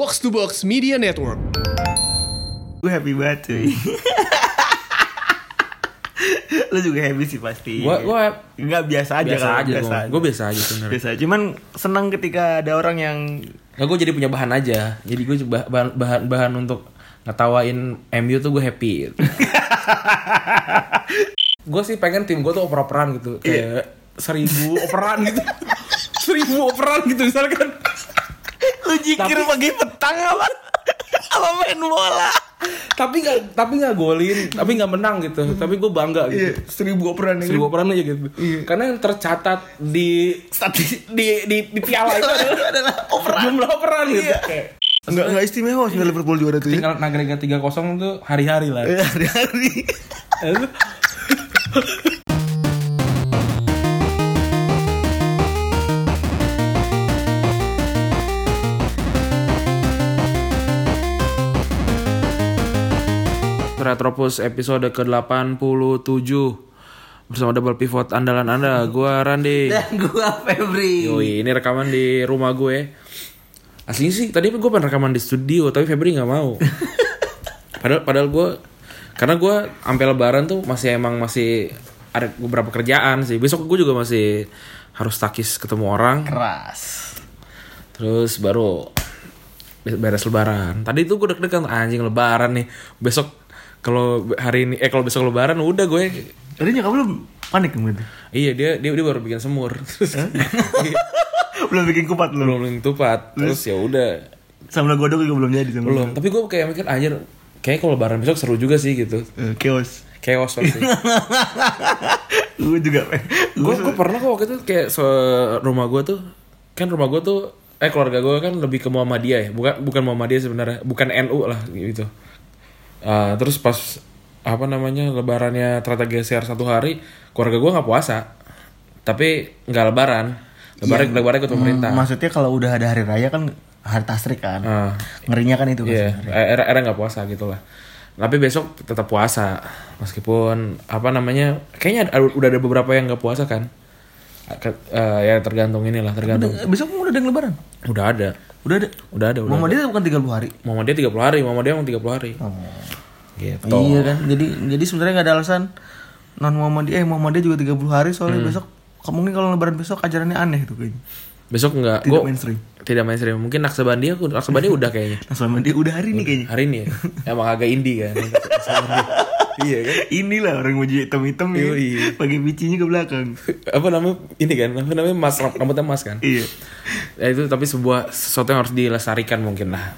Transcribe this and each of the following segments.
Box to Box Media Network. Gue happy banget cuy. Lu juga happy sih pasti. Gue nggak biasa aja. Gue biasa aja sebenarnya. Biasa. Cuman senang ketika ada orang yang nggak, gue jadi punya bahan aja. Jadi gue bahan untuk ngetawain MU tuh gue happy. Gue sih pengen tim gue tuh oper-operan gitu, kayak 1000 operan gitu. 1000 operan gitu misalkan. lu jikir pagi petang apa main bola. Tapi nggak golin, tapi nggak menang gitu. Tapi gue bangga gitu. 1000 operan. 1000 operan aja gitu. Karena yang tercatat di piala itu adalah operan. Jumlah operan gitu. Enggak istimewa sih Liverpool juara tuh. Tinggal agregat 3-0 tuh hari-hari lah. Hari-hari. Retropus episode ke-87 bersama double pivot andalan Anda, gua Randi dan gua Febri. Yoi, ini rekaman di rumah gue. Aslinya sih tadi gue pengen rekaman di studio, tapi Febri nggak mau. Padahal gue, karena gue sampai Lebaran tuh masih ada beberapa kerjaan sih. Besok gue juga masih harus takis ketemu orang. Keras. Terus baru beres Lebaran. Tadi tuh gue deg-degan, anjing Lebaran nih. Besok kalau besok Lebaran udah gue. Tadi nyokap lu panik gitu. Iya, dia baru bikin semur. Belum bikin kupat lu. Belum bikin tupat. Terus ya udah. Sambal godok juga belum jadi sama. Belum. Tapi gue kayak mikir anjir, kayak kalau Lebaran besok seru juga sih gitu. Chaos pasti. Gue juga. Gue pernah kok waktu itu kayak rumah gue tuh keluarga gue kan lebih ke Muhammadiyah ya. Bukan Muhammadiyah sebenarnya, bukan NU lah gitu. Terus pas Lebarannya ternyata geser 1 hari, keluarga gue nggak puasa, tapi nggak Lebaran ikut pemerintah. Maksudnya kalau udah ada hari raya kan hari tasrik kan, ngerinya kan itu. Iya, era nggak puasa gitulah. Tapi besok tetap puasa, meskipun kayaknya udah ada beberapa yang nggak puasa kan. Ya tergantung. Besok udah ada yang Lebaran? Udah ada. Muhammadiyah bukan 30 hari. Muhammadiyah emang 30 hari. Gitu. Iya kan. Jadi sebenarnya enggak ada alasan Muhammadiyah juga 30 hari soalnya besok mungkin kalau Lebaran besok ajarannya aneh tuh kayaknya. Besok enggak. Tidak mainstream. Mungkin Naksabandia udah kayaknya. Naksabandia udah hari ini kayaknya. Hari ini ya. Emang agak indie kan. Iya kan. Inilah orang baju hitam-hitam ya. Pakai bicinya ke belakang. Mas, rambutnya mas kan. Iya. Ya, itu tapi sesuatu yang harus dilestarikan mungkin lah.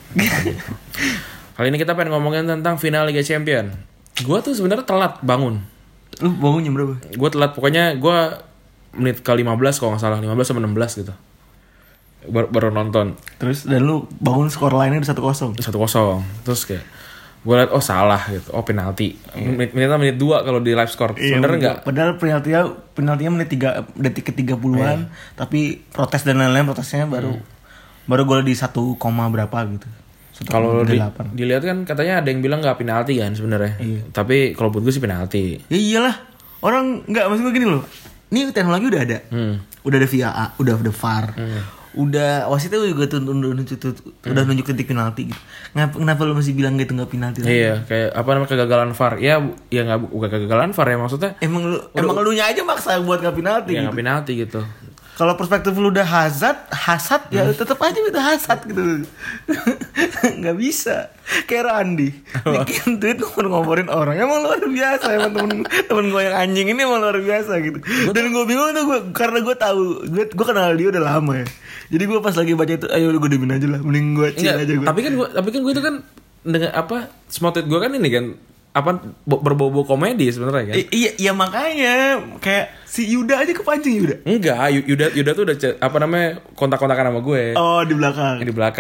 Kali ini kita pengen ngomongin tentang final Liga Champion. Gue tuh sebenarnya telat bangun. Lu bangun jam berapa? Gue telat, pokoknya gue menit ke 15 kalau nggak salah, 15 sama 16 gitu. Baru nonton. Terus dan lu bangun skor lainnya udah 1-0. Terus kayak gue liat salah gitu. Penalti. Menit 2 kalau di live score. Sebenarnya enggak. Padahal penaltinya menit 3 detik ke 30-an, tapi protes dan lain-lain, protesnya baru gol di 1, berapa gitu. Kalau dilihat kan katanya ada yang bilang enggak penalti kan sebenarnya. Iya. Tapi kalau buat gue sih penalti. Ya iyalah. Orang enggak, maksud gue gini loh. Ini teknologi udah ada. Udah ada VAR, udah ada VAR. Udah wasitnya juga udah nunjuk titik penalti gitu. Kenapa lu masih bilang gitu nggak penalti? Iya, kayak kegagalan VAR. Ya nggak, bukan kegagalan VAR ya, maksudnya. Emang lu nya aja maksa buat nggak penalti. Ya nggak penalti gitu. Kalau perspektif lu udah hasad ya tetap aja itu hasad gitu. Nggak bisa. Kayak Randi bikin tweet ngomporin orang. Emang luar biasa. Emang temen gue yang anjing ini emang luar biasa gitu. Dan gue bingung tuh karena gue tahu gue kenal dia udah lama ya. Jadi gue pas lagi baca itu, ayo gue demin aja lah, mending gue chill aja gue. Tapi kan gue itu kan dengan small tweet gue kan ini kan berbau-bau komedi sebenarnya kan. Iya makanya kayak si Yuda aja kepancing Yuda. Enggak, Yuda tuh udah kontak-kontakan sama gue. Oh, di belakang.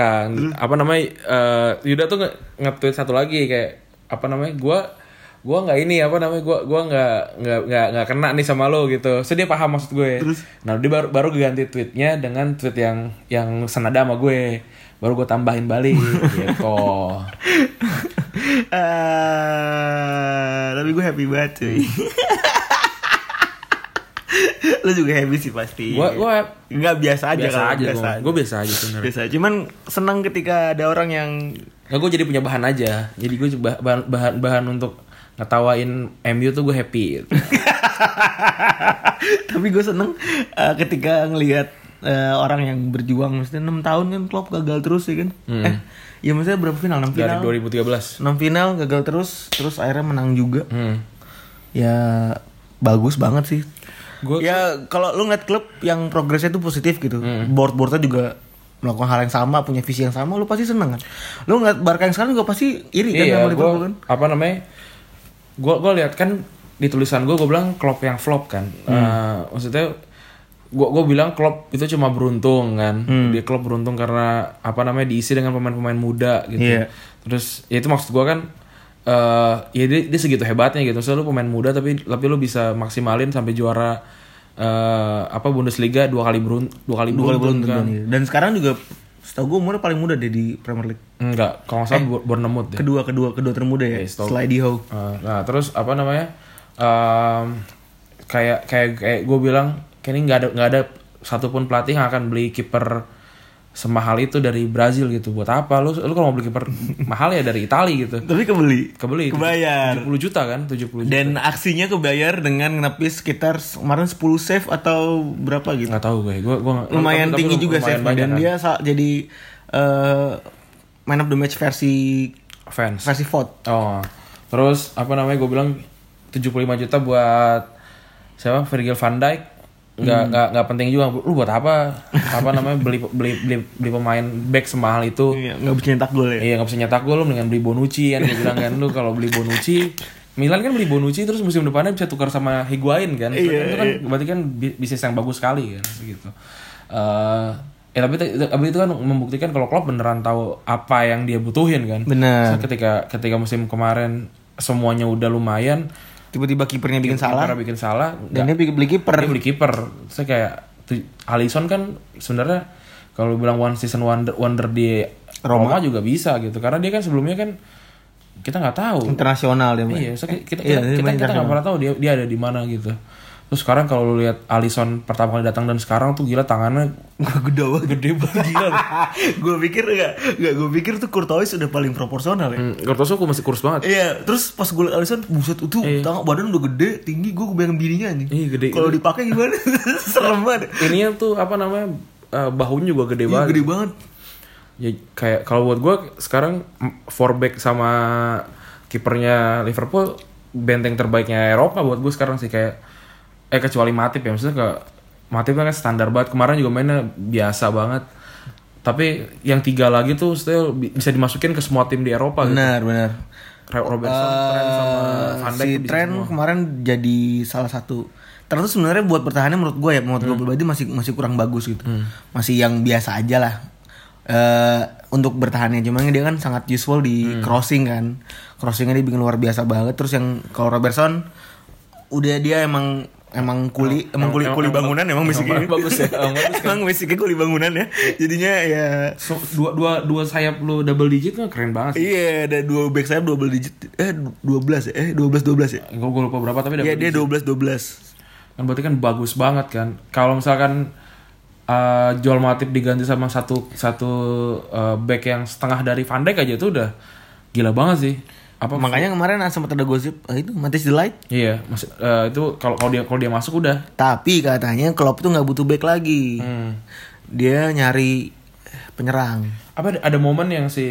Yuda tuh nge-tweet satu lagi kayak gue nggak ini gue nggak kena nih sama lo gitu. So dia paham maksud gue. Terus? Nah dia baru ganti tweetnya dengan tweet yang senada sama gue. Baru gue tambahin balik gitu. Tapi gue happy banget cuy. Lu juga happy sih pasti. Gua nggak biasa aja. Gue biasa aja sebenarnya. Biasa. Cuman senang ketika ada orang yang nggak, gue jadi punya bahan aja. Jadi gue bahan untuk ngetawain MU tuh gue happy gitu. Tapi gue seneng ketika ngelihat orang yang berjuang, maksudnya 6 tahun kan Klopp gagal terus ya kan. Ya maksudnya berapa final? 6 final. Dari 2013. 6 final gagal terus akhirnya menang juga. Ya bagus banget sih. Ya kalau lu ngeliat klub yang progresnya tuh positif gitu, board-boardnya juga melakukan hal yang sama, punya visi yang sama, lu pasti seneng kan. Lu ngeliat Barca yang sekarang juga pasti iri kan sama Liverpool kan. Apa namanya? Gue lihat kan di tulisan gue bilang Klopp yang flop kan. Maksudnya gue bilang Klopp itu cuma beruntung kan. Dia Klopp beruntung karena apa namanya diisi dengan pemain-pemain muda gitu. Terus ya itu maksud gue kan. Ya dia segitu hebatnya gitu. Soalnya lu pemain muda tapi lu bisa maksimalin sampai juara Bundesliga dua kali beruntun kan. Dan sekarang juga setahu gue umurnya paling muda deh di Premier League. Enggak, kalau nggak salah Bournemouth deh. Kedua termuda ya. Setelah Eddie Howe. Nah terus apa namanya? Kayak gue bilang kayaknya nggak ada satupun pelatih yang akan beli kiper semahal itu dari Brazil gitu. Buat apa? Lu kalau mau beli kiper mahal ya dari Italia gitu. Tapi kebeli. Kebayar. 70 juta kan? 70 juta. Dan aksinya kebayar dengan ngepis sekitar kemarin 10 save atau berapa gitu. Enggak tahu gue. Gua lumayan tinggi juga save dan kan? dia jadi man of the match versi vote. Oh. Terus apa namanya? Gue bilang 75 juta buat siapa? Virgil van Dijk. Nggak penting juga. Lu buat apa namanya beli pemain back semahal itu. Nggak bisa nyetak gol ya. Iya, nggak bisa nyetak gol. Lu mendingan beli Bonucci kan. Gue bilang kan, lu kalau beli Bonucci, Milan kan beli Bonucci terus musim depannya bisa tukar sama Higuain kan. Itu kan berarti kan bisnis yang bagus sekali kan gitu. Tapi itu kan membuktikan kalau Klopp beneran tahu apa yang dia butuhin kan. Benar. So, ketika musim kemarin semuanya udah lumayan, tiba-tiba kipernya bikin salah dan dia beli kiper. Saya kayak Alisson kan sebenarnya kalau bilang one season wonder di Roma juga bisa gitu karena dia kan sebelumnya kan kita nggak tau internasional dia. Iya, so kita nggak pernah tahu dia ada di mana gitu. Terus sekarang kalau lu lihat Alisson pertama kali datang dan sekarang tuh gila tangannya gede banget gila. Gue pikir tuh Courtois udah paling proporsional ya. Courtois aku masih kurus banget. Iya, terus pas gue liat Alisson buset itu tangan badan udah gede, tinggi, gue kebayang bininya nih. Iya, gede. Kalau dipakai gimana? Serem banget. Ininya tuh apa namanya? Bahunya juga gede banget. Gede banget. Ya kayak kalau buat gue sekarang 4-back sama kipernya Liverpool benteng terbaiknya Eropa buat gue sekarang sih kayak kecuali Matip ya, maksudnya kayak Matip kan standar banget, kemarin juga mainnya biasa banget. Tapi yang 3 lagi tuh still bisa dimasukin ke semua tim di Eropa gitu. Benar. Robertson, Trent sama Van Dijk. Si Trent kemarin jadi salah satu. Terus sebenarnya buat bertahannya menurut gue pribadi masih kurang bagus gitu. Masih yang biasa aja lah. Untuk bertahannya cuman dia kan sangat useful di crossing kan. Crossingnya dia bikin luar biasa banget. Terus yang kalau Robertson udah dia emang kuli bangunan emang basicnya bagus ya. Emang basicnya kuli bangunan ya. Jadinya ya dua sayap lu double digit kan keren banget sih. Iya, ada 2 back sayap double digit. 12 ya. Gue lupa berapa tapi iya, dia 12. Kan berarti kan bagus banget kan. Kalau misalkan Joel Matip diganti sama satu back yang setengah dari Van Dijk aja itu udah gila banget sih. Makanya kemarin sempat ada gosip itu Matthijs de Ligt. Iya, itu kalau dia masuk udah. Tapi katanya Klopp tuh nggak butuh back lagi. Dia nyari penyerang. Ada momen yang si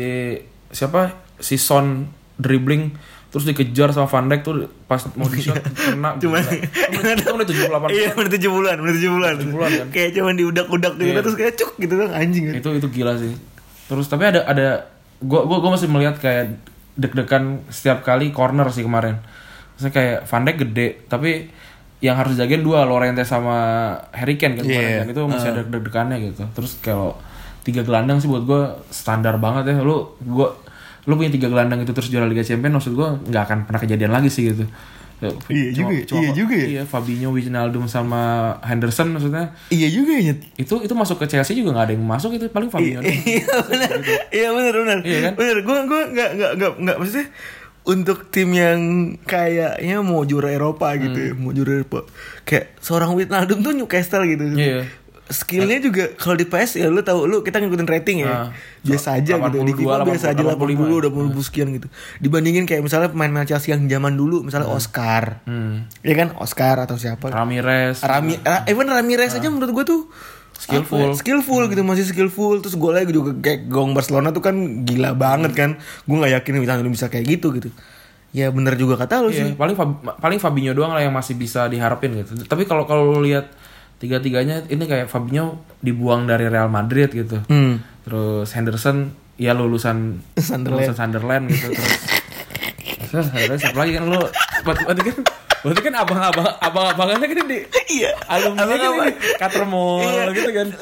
Son dribbling terus dikejar sama Van Dijk tuh pas mau di-shot kena. Cuman menit 78. Iya, menit 70-an kan. Kayak cuman diudak-udak gitu terus kayak cuk gitu kan anjing. Itu gila sih. Terus tapi ada gua masih melihat kayak deg-degan setiap kali corner sih kemarin. Maksudnya kayak Van Dijk gede, tapi yang harus jagain 2 Llorente sama Harry Kane kan kemarin. Itu masih ada deg-degannya gitu. Terus kalau 3 gelandang sih buat gue standar banget ya. Lu punya 3 gelandang itu terus juara Liga Champions, maksud gue nggak akan pernah kejadian lagi sih gitu. Iya juga ya. Iya, Fabinho, Wijnaldum sama Henderson maksudnya. Iya juga ya. Itu masuk ke Chelsea juga nggak ada yang masuk, itu paling Fabinho. Iya benar. Iya benar. Iya kan? Benar. Gue nggak maksudnya untuk tim yang kayaknya mau juara Eropa gitu ya, mau juara Eropa. Kayak seorang Wijnaldum tuh Newcastle gitu. Iya. Skillnya juga kalau di PS ya lu tahu, lu kita ngikutin rating ya. Biasa aja gitu. Di FIFA biasa aja 80 sekian gitu. Dibandingin kayak misalnya pemain Chelsea yang zaman dulu, misalnya Oscar. Ya kan, Oscar atau siapa? Ramirez. Even Ramirez aja menurut gue tuh skillful gitu, masih skillful. Terus golnya juga kayak gong Barcelona tuh kan gila banget kan. Gue nggak yakin misalnya bisa kayak gitu. Ya bener juga kata lu sih. Paling Fabinho doang lah yang masih bisa diharapin gitu. Tapi kalau lu lihat tiga-tiganya ini kayak Fabinho dibuang dari Real Madrid gitu. Terus Henderson ya lulusan Sunderland gitu. Terus siapa lagi kan lu? Berarti kan abang-abangannya kan di alumni kan ini Catermall gitu kan.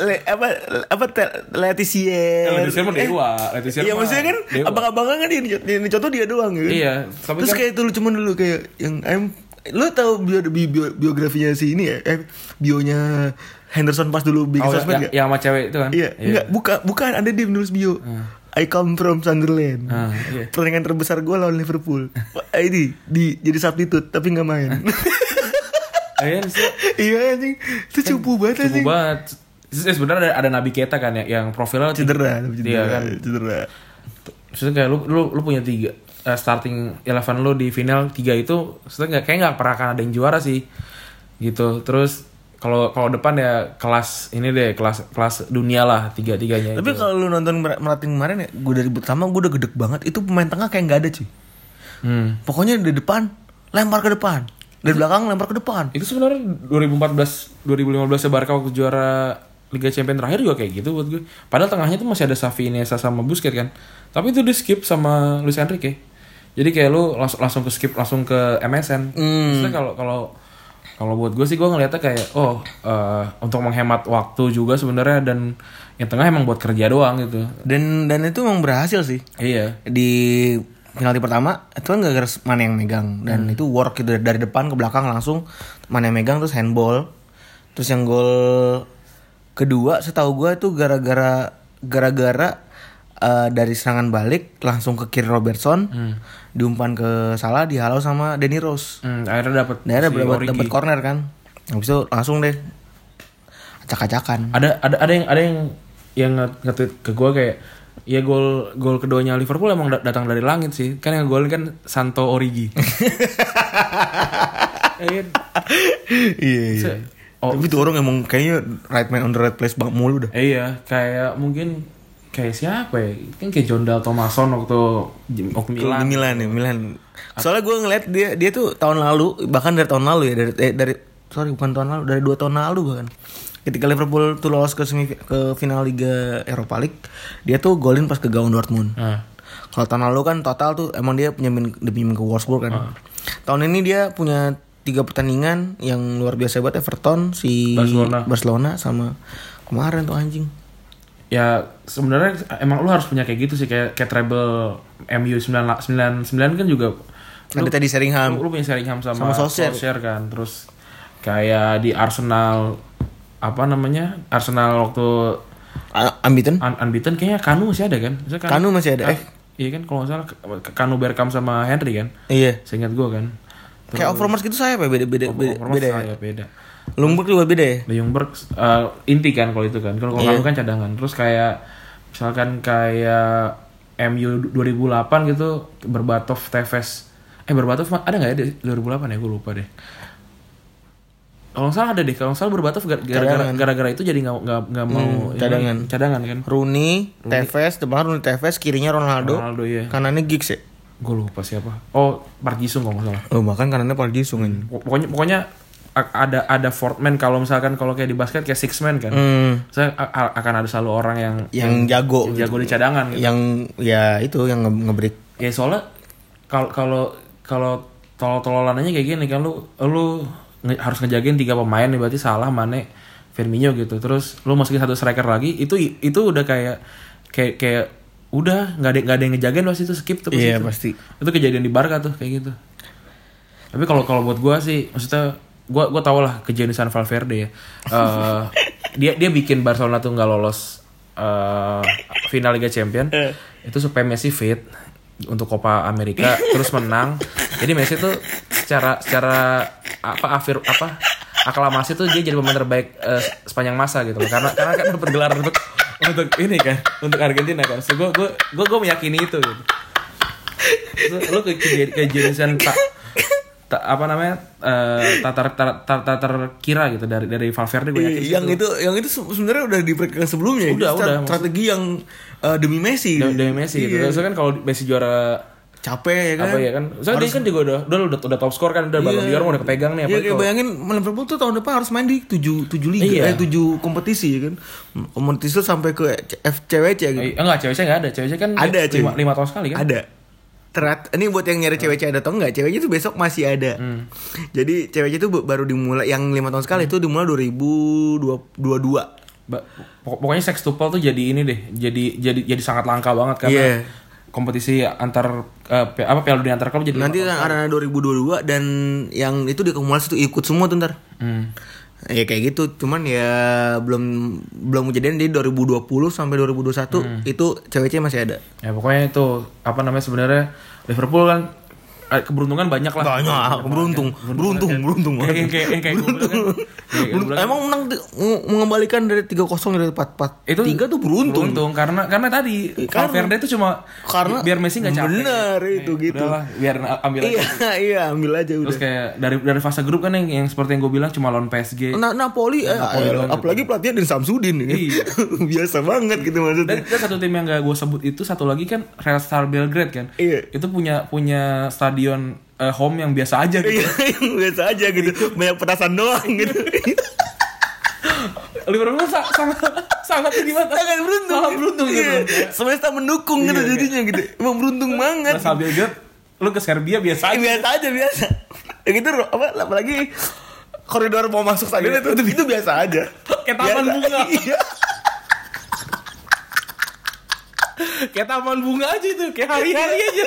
Leticia mah dewa. Iya maksudnya kan abang-abangan kan di contoh dia doang gitu. Iya. Terus kayak itu cuman dulu kayak yang lu tahu biografinya si ini ya? Bionya Henderson pas dulu bikin sosmed enggak? Yang sama cewek itu kan? Iya. Enggak, bukan ada dia menulis bio. I come from Sunderland. Pertandingan terbesar gue lawan Liverpool. Ini jadi substitute tapi nggak main. Iya anjing, itu cupu banget anjing. Cupu banget. Sebenarnya ada Naby Keita kan ya, yang profilnya cedera. Maksudnya kayak lu punya 3 starting 11 lu di final 3 itu, maksudnya nggak pernah akan ada yang juara sih, gitu. Terus kalau depan ya kelas dunia lah tiga-tiganya. Tapi kalau lu nonton melatih kemarin ya, gue dari pertama gue udah gedek banget. Itu pemain tengah kayak nggak ada cuy. Pokoknya dari depan lempar ke depan, dari belakang lempar ke depan. Itu sebenarnya 2015 ya Barca waktu juara Liga Champions terakhir juga kayak gitu buat gue. Padahal tengahnya tuh masih ada Xavi, Iniesta sama Busquets kan. Tapi itu di skip sama Luis Enrique. Jadi kayak lu langsung ke MSN. Maksudnya kalau buat gue sih, gue ngeliatnya kayak untuk menghemat waktu juga sebenarnya, dan yang tengah emang buat kerja doang gitu. Dan itu emang berhasil sih. Iya. Di penalti pertama itu kan gara-gara Mane yang megang, dan itu work gitu dari depan ke belakang langsung Mane yang megang, terus handball. Terus yang gol kedua setahu gue itu gara-gara dari serangan balik langsung ke kiri Robertson, diumpan ke Salah, dihalau sama Danny Rose. Akhirnya dapat corner kan. Habis itu langsung deh acak-acakan. Ada yang nge-tweet ke gue kayak, ya gol keduanya Liverpool emang datang dari langit sih. Kan yang gol kan Santo Origi. Iya. Tapi tuh orang emang kayaknya right man on the right place banget mulu dah. Iya, kayak mungkin kayak siapa ya? Kan kayak John Dal Thomason waktu Milan. Soalnya gue ngeliat dia tuh tahun lalu, bahkan dari tahun lalu ya, bukan tahun lalu, dari 2 tahun lalu bahkan. Ketika Liverpool tuh lolos ke final Liga Europa League, dia tuh golin pas ke gawang Dortmund. Kalau tahun lalu kan total tuh emang dia pinjemin ke Wolfsburg kan. Tahun ini dia punya 3 pertandingan yang luar biasa buat Everton, Barcelona sama kemarin tuh anjing. Ya sebenarnya emang lu harus punya kayak gitu sih, kayak treble MU 99 kan juga. Ada tadi Sheringham. Lu punya Sheringham sama Solskjaer kan. Terus kayak di Arsenal waktu unbeaten kayaknya Kanu masih ada kan? Kanu masih ada. Iya kan, kalau nggak salah Kanu, Bergkamp sama Henry kan? Iya. Seingat gue kan. Kayak Overmars gitu saya beda. Beda. Ljungberg juga beda ya? Ljungberg inti kan kalau itu kan. Kalau Kanu kan cadangan. Terus kayak misalkan kayak MU 2008 gitu, Berbatov, Tevez. Berbatov ada nggak ya di 2008 ya? Gue lupa deh. Kalau nggak salah ada deh. Kalau nggak salah Berbatov gara-gara itu jadi nggak mau cadangan kan. Rooney, Tevez, depan Rooney, Tevez, kirinya Ronaldo iya. Kanannya Giggs ya? Gue lupa siapa. Oh, Park Ji-sung kalau nggak salah. Oh, bahkan kanannya Park Ji-sung kan. Pokoknya ada fourth man, kalau kayak di basket kayak six man kan. Saya akan ada selalu orang yang jago di cadangan gitu. Yang ya itu yang nge-break. Ya soalnya kalau tololanannya kayak gini kan, lu harus ngejagain 3 pemain nih, berarti Salah, Mane, Firmino gitu. Terus lu masukin 1 striker lagi, itu udah kayak udah nggak ada yang ngejagain pas itu, skip tuh. Iya, pasti. Itu kejadian di Barca tuh kayak gitu. Tapi kalau buat gue sih, maksudnya gue tau lah kejeniusan Valverde ya. Dia bikin Barcelona tuh nggak lolos final Liga Champions itu supaya Messi fit. untuk Copa Amerika terus menang. Jadi Messi tuh secara aklamasi tuh dia jadi pemain terbaik sepanjang masa gitu loh. Karena kan dapat gelar untuk ini kan, untuk Argentina kan. So gue meyakini itu gitu. So, lo kejadian terkira gitu dari Valverde gue yakin yang itu sebenarnya udah diperkirakan sebelumnya. Udah strategi yang demi Messi gitu. So kan kalau Messi juara capek ya kan. Soalnya dia kan juga udah top skor kan, udah Ballon d'Or mau udah kepegang nih. Iya, kayak bayangin Liverpool tuh tahun depan harus main di 7 liga, 7 kompetisi ya kan. Kompetisi tuh sampai ke CWC gitu. Enggak, CWC enggak ada. CWC kan ada 5 tahun sekali kan? Ada. Ini buat yang nyari CWC ada atau enggak, CWC itu besok masih ada. Jadi CWC itu baru dimulai yang 5 tahun sekali itu dimulai 2022. Pokoknya sextuple tuh jadi ini deh. Jadi sangat langka banget karena kompetisi antar Piala Dunia antar klub jadi nanti ada 2022 dan yang itu diakumulasi tuh ikut semua tuh ntar. Ya kayak gitu, cuman ya belum kejadian di 2020 sampai 2021 itu CWC masih ada. Ya pokoknya itu sebenarnya Liverpool kan keberuntungan banyak lah. Banyak, beruntung. Kayak emang menang mengembalikan dari 3-0 dari 4-4. Itu 3 tuh beruntung karena tadi Valverde itu cuma karena biar Messi enggak capek. Benar itu gitu. Udahlah, biar ambil aja. Iya, ambil aja udah. Terus kayak dari fase grup kan yang seperti yang gue bilang cuma lawan PSG. Napoli apalagi pelatihnya Din Samsudin ini. Iya. Biasa banget gitu maksudnya. Dan satu tim yang enggak gue sebut itu satu lagi kan Real Star Belgrade kan. Iya. Itu punya stadion home yang biasa aja gitu. Yang biasa aja gitu. Banyak petasan doang gitu. Liverpool sangat beruntung gitu. Semesta mendukung gitu jadinya gitu. Emang beruntung banget. Asal Belgrade lu ke Serbia biasa aja. Yang itu apalagi koridor mau masuk stadion itu biasa aja. Kayak taman bunga. Kayak taman bunga aja itu, kayak hari-hari aja.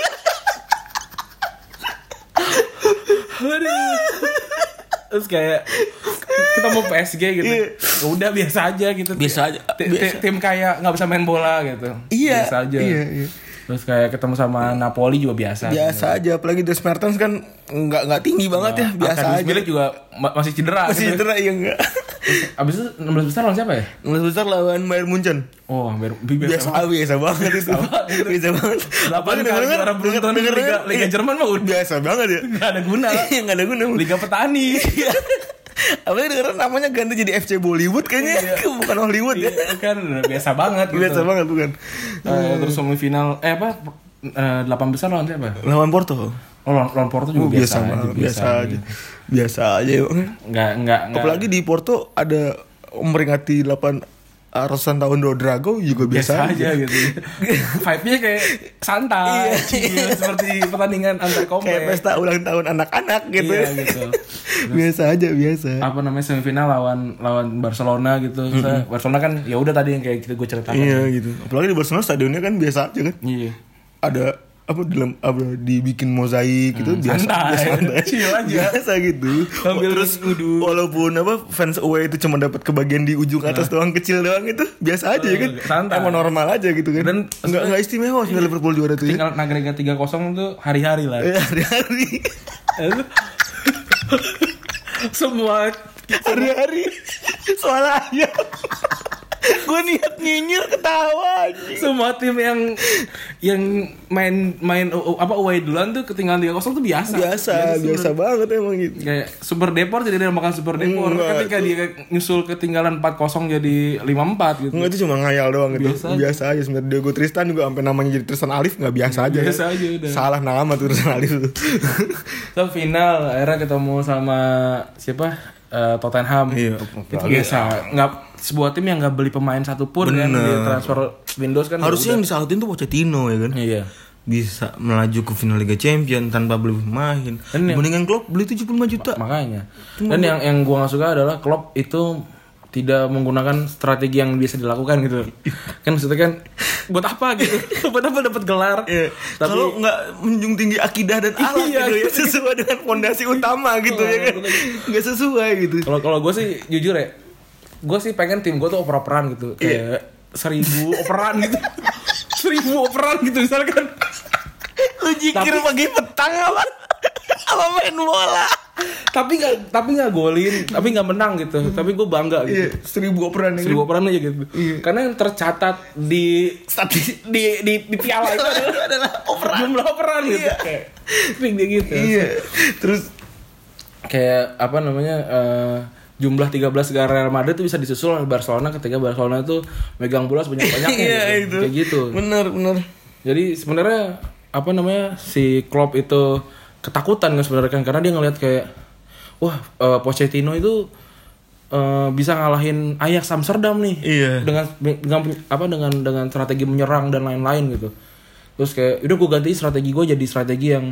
Terus kayak kita mau PSG gitu, udah biasa aja gitu. Biasa aja. Tim kayak nggak bisa main bola gitu. Biasa aja. Iya. Terus kayak ketemu sama Napoli juga biasa. Biasa aja, apalagi Dries Mertens kan nggak tinggi banget ya, biasa aja. Milik juga masih cedera. Iya enggak. Abis itu 16 besar lawan siapa ya? 16 besar lawan Bayern Munchen. Oh, biasa banget itu. Biasa banget. 8 kali juara beruntun Liga Jerman mah udah biasa banget ya. Enggak ada guna. Enggak ada guna. Liga petani. Apalagi dengeran namanya ganti jadi FC Bollywood kayaknya. Bukan Hollywood ya. Kan biasa banget gitu. Biasa banget bukan. Terus semifinal 8 besar lawan siapa? Lawan Porto. Lawan Porto juga biasa aja. Biasa aja. Enggak. Apalagi di Porto ada memperingati 800-an tahun Drago juga biasa aja gitu. Vibe-nya kayak santai. Seperti pertandingan antar komplek. Kayak pesta ulang tahun anak-anak gitu. Iya gitu. Biasa aja. Semifinal lawan Barcelona gitu. Barcelona kan ya udah tadi yang kayak gue ceritakan. Iya gitu. Apalagi di Barcelona stadionnya kan biasa aja kan. Iya. Ada dibikin mozaik gitu santai. Chill aja. Biasa gitu. Terus walaupun fans away itu cuma dapat kebagian di ujung atas doang, kecil doang itu biasa aja ya kan. Santai. Emang normal aja gitu kan. Dan enggak istimewa sih Liverpool juara tuh. Tinggal agregat 3-0 tuh hari-hari lah. Hari-hari. Semua hari-hari soal ayam. Gue niat nyinyir ketawa. Semua tim yang main away duluan tuh ketinggalan 3-0 tuh biasa banget emang gitu. Kayak Super Depor jadi dia makan Super Depor. Ketika dia nyusul ketinggalan 4-0 jadi 5-4 gitu. Enggak, itu cuma ngayal doang gitu. Biasa aja sebenarnya. Diego Tristan juga sampai namanya jadi Tristan Alif enggak biasa aja. Biasa aja udah. Salah nama tuh Tristan Alif tuh. So final akhirnya ketemu sama siapa? Tottenham. Iya, itu biasa. Enggak sebuah tim yang nggak beli pemain satupun kan di transfer Windows kan. Harusnya yang disalutin tuh Pochettino ya kan. Iya. Bisa melaju ke final Liga Champions tanpa beli pemain. Mendingan Klopp beli 75 juta. Makanya. Dan yang gua nggak suka adalah Klopp itu tidak menggunakan strategi yang biasa dilakukan gitu. Kan maksudnya kan buat apa gitu? Buat apa dapat gelar? Iya. Tapi kalau nggak menjunjung tinggi akidah dan akhlak gitu ya, sesuai dengan fondasi utama gitu ya kan. Nggak sesuai gitu. Kalau gue sih jujur ya, gue sih pengen tim gue tuh oper-operan gitu, kayak 1000 operan gitu. 1000 operan gitu misalkan. jikir pagi petang apa main bola. Tapi nggak golin, tapi nggak menang gitu. Tapi gue bangga gitu. 1000 operan 1000 operan aja gitu. Karena yang tercatat di piala itu adalah operan. Jumlah operan gitu. Kayak gitu. Iya. Terus kayak apa namanya jumlah 13 Real Madrid itu bisa disusul oleh Barcelona ketika Barcelona itu megang bola sebanyak-banyaknya gitu. Kayak gitu. Bener. Jadi sebenarnya apa namanya si Klopp itu ketakutan kan sebenarnya kan karena dia ngelihat kayak wah Pochettino itu bisa ngalahin Ajax Amsterdam nih. Iya. dengan strategi menyerang dan lain-lain gitu. Terus kayak udah gue ganti strategi gue jadi strategi yang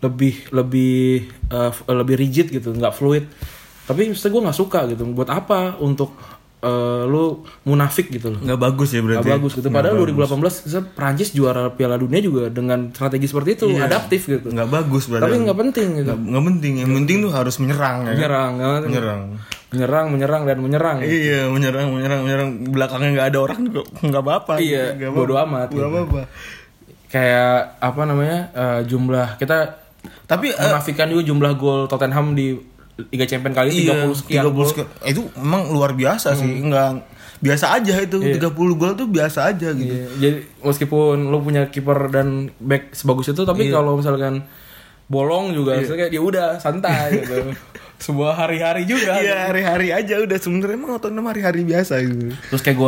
lebih rigid gitu, nggak fluid. Tapi maksudnya gue nggak suka gitu. Buat apa untuk lu munafik gitu loh. Nggak bagus ya berarti. Nggak bagus gitu. Padahal 2018 Prancis juara Piala Dunia juga dengan strategi seperti itu, adaptif gitu. Nggak bagus berarti. Tapi nggak penting gitu. Nggak penting. Yang penting tuh harus menyerang ya. Menyerang dan menyerang. Gitu. Iya, menyerang. Belakangnya nggak ada orang juga nggak apa-apa. Iya, bodo amat. Bodo apa. Kayak apa namanya jumlah kita tapi menafikan juga jumlah gol Tottenham di Liga Champions kali 30 sekian. Itu memang luar biasa sih. Enggak biasa aja itu. 30 gol tuh biasa aja gitu. Iya. Jadi meskipun lu punya kiper dan back sebagus itu tapi kalau misalkan bolong juga kayak dia udah santai gitu. Sebuah hari-hari juga. Iya, hari-hari aja udah sebenarnya emang Tottenham hari-hari biasa gitu. Terus kayak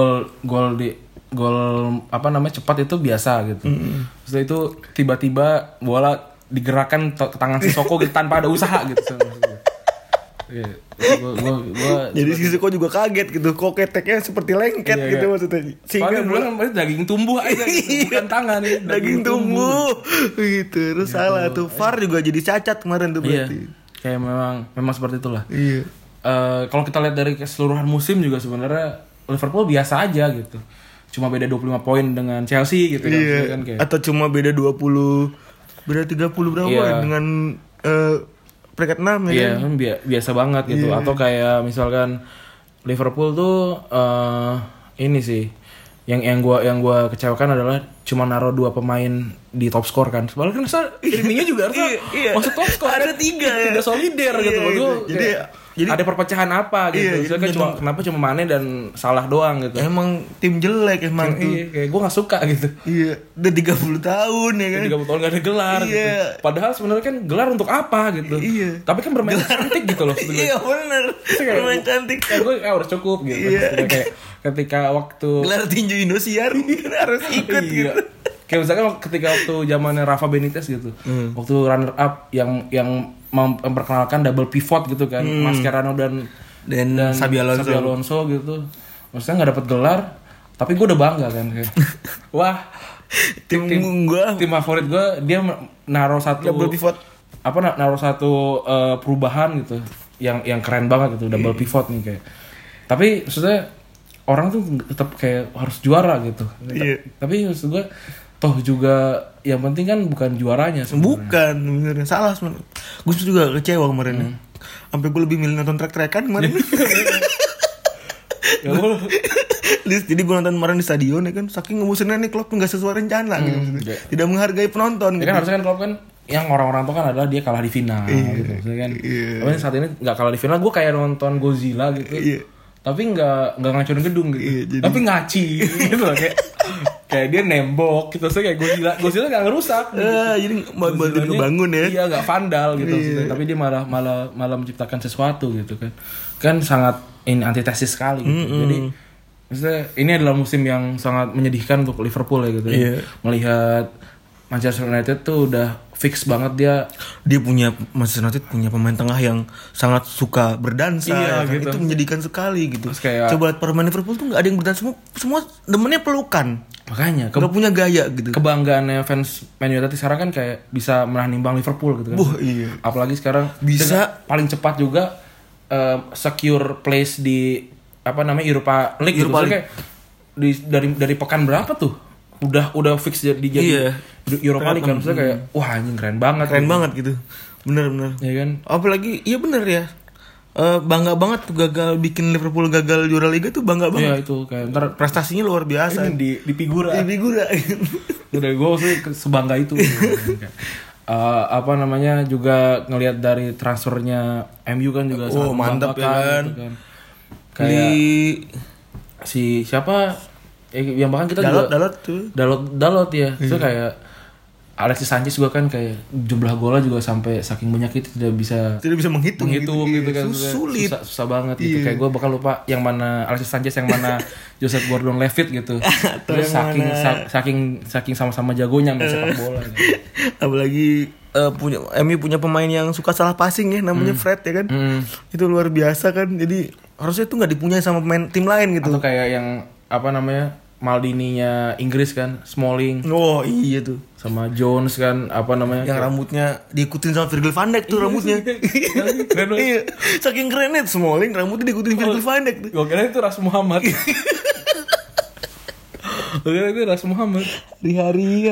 gol apa namanya cepat itu biasa gitu. Terus itu tiba-tiba bola digerakkan ke tangan Sissoko gitu tanpa ada usaha gitu. Iya. Gua jadi Sissoko juga kaget gitu. Kok keteknya seperti lengket gitu maksudnya. Sehingga bilang daging tumbuh aja gitu. Bukan tangan nih. Daging tumbuh. Gitu. Terus salah tuh. VAR juga jadi cacat kemarin tuh berarti. Iya. Kayak memang seperti itulah. Iya. Kalau kita lihat dari keseluruhan musim juga sebenarnya Liverpool biasa aja gitu. Cuma beda 25 poin dengan Chelsea gitu kan kayak. Atau cuma beda 30 berapa dengan peringkat 6 ya kan? Biasa banget gitu. Atau kayak misalkan Liverpool tuh ini sih yang gua kecewakan adalah cuma naruh 2 pemain di top score kan. Sebenarnya kan Firmino juga harusnya masuk top score. Ada 3 solider gitu. Jadi ada perpecahan apa gitu. Kan kenapa cuma Mane dan Salah doang gitu. Emang tim jelek emang tuh. Kayak gue gak suka gitu. Iya, udah 30 tahun ya kan. 30 tahun gak ada gelar gitu. Padahal sebenarnya kan gelar untuk apa gitu. Iya. Tapi kan bermain cantik gitu loh sebenarnya. Iya benar. Bermain cantik. Kayak gue harus cukup gitu. Kayak ketika waktu gelar tinju Indosiar harus ikut gitu. Kayak misalkan ketika waktu zamannya Rafa Benitez gitu. Waktu runner up yang memperkenalkan double pivot gitu kan, Mascherano dan Xabi Alonso gitu. Maksudnya nggak dapat gelar, tapi gue udah bangga kan kayak. Wah, tim favorit gue dia naruh satu double pivot. Naruh satu perubahan gitu, yang keren banget gitu, double pivot nih kayak. Tapi maksudnya orang tuh tetap kayak harus juara gitu. Tapi maksud gue toh juga yang penting kan bukan juaranya sebenarnya. Bukan, beneran salah sebenarnya. Gue juga kecewa kemarin. Sampai gue lebih milih nonton trek-trekan kemarin. Jadi gue nonton kemarin di stadion ya kan, saking ngebosenin nih Klopp nggak sesuai rencana gitu. Tidak menghargai penonton. Ya kan harusnya kan Klopp kan yang orang-orang tuh kan adalah dia kalah di final gitu. Kan. Tapi saat ini nggak kalah di final, gue kayak nonton Godzilla gitu. Tapi nggak ngancurin gedung gitu. Tapi ngaci gitu loh kayak dia nembok gitu, kayak Godzilla nggak ngerusak. Jadi bantu ngebangun ya. Iya, nggak vandal gitu. Tapi dia malah menciptakan sesuatu gitu kan. Kan sangat ini antitesis sekali gitu. Jadi maksudnya ini adalah musim yang sangat menyedihkan untuk Liverpool ya gitu. Melihat Manchester United tuh udah fix banget Manchester United punya pemain tengah yang sangat suka berdansa gitu. Itu menyedihkan sekali gitu. Kayak, coba pemain Liverpool tuh nggak ada yang berdansa, semua demennya pelukan. Makanya nggak punya gaya gitu. Kebanggaannya fans Man United sekarang kan kayak bisa menahan imbang Liverpool gitu kan. Apalagi sekarang bisa paling cepat juga secure place di Europa League gitu. Kayak dari pekan berapa tuh udah fix jadi Europa League kan. Maksudnya kayak wah anjing keren banget gitu. Bener. Ya kan? Apalagi iya bener ya. bangga banget tuh gagal bikin Liverpool gagal juara liga tuh bangga banget. Iya itu kayak ntar Prestasinya luar biasa. di figura. Di figura. Udah gue sih sebangga itu. Apa namanya juga ngelihat dari transfernya MU kan juga sangat mantap ya kan. Gitu kan. Kayak si siapa yang bahkan kita Dalot ya. So kayak Alexis Sanchez juga kan kayak jumlah golnya juga sampai saking banyak itu tidak bisa menghitung gitu kan. Sulit. Susah banget gitu. Kayak gue bakal lupa yang mana Alexis Sanchez yang mana Joseph Gordon-Levitt gitu. Terus saking sama-sama jagonya main sepak bola gitu. Apalagi MU punya pemain yang suka salah passing ya, namanya Fred ya kan. Itu luar biasa kan. Jadi harusnya itu nggak dipunyai sama pemain tim lain gitu. Atau kayak yang apa namanya Maldini-nya Inggris kan, Smalling. Oh iya tuh. Sama Jones kan, apa namanya? Yang rambutnya diikutin sama Virgil van Dijk tuh rambutnya. Iya. Saking kerennya Smalling rambutnya diikutin Virgil van Dijk tuh. Gue kira itu Ras Muhammad. Hari-hari.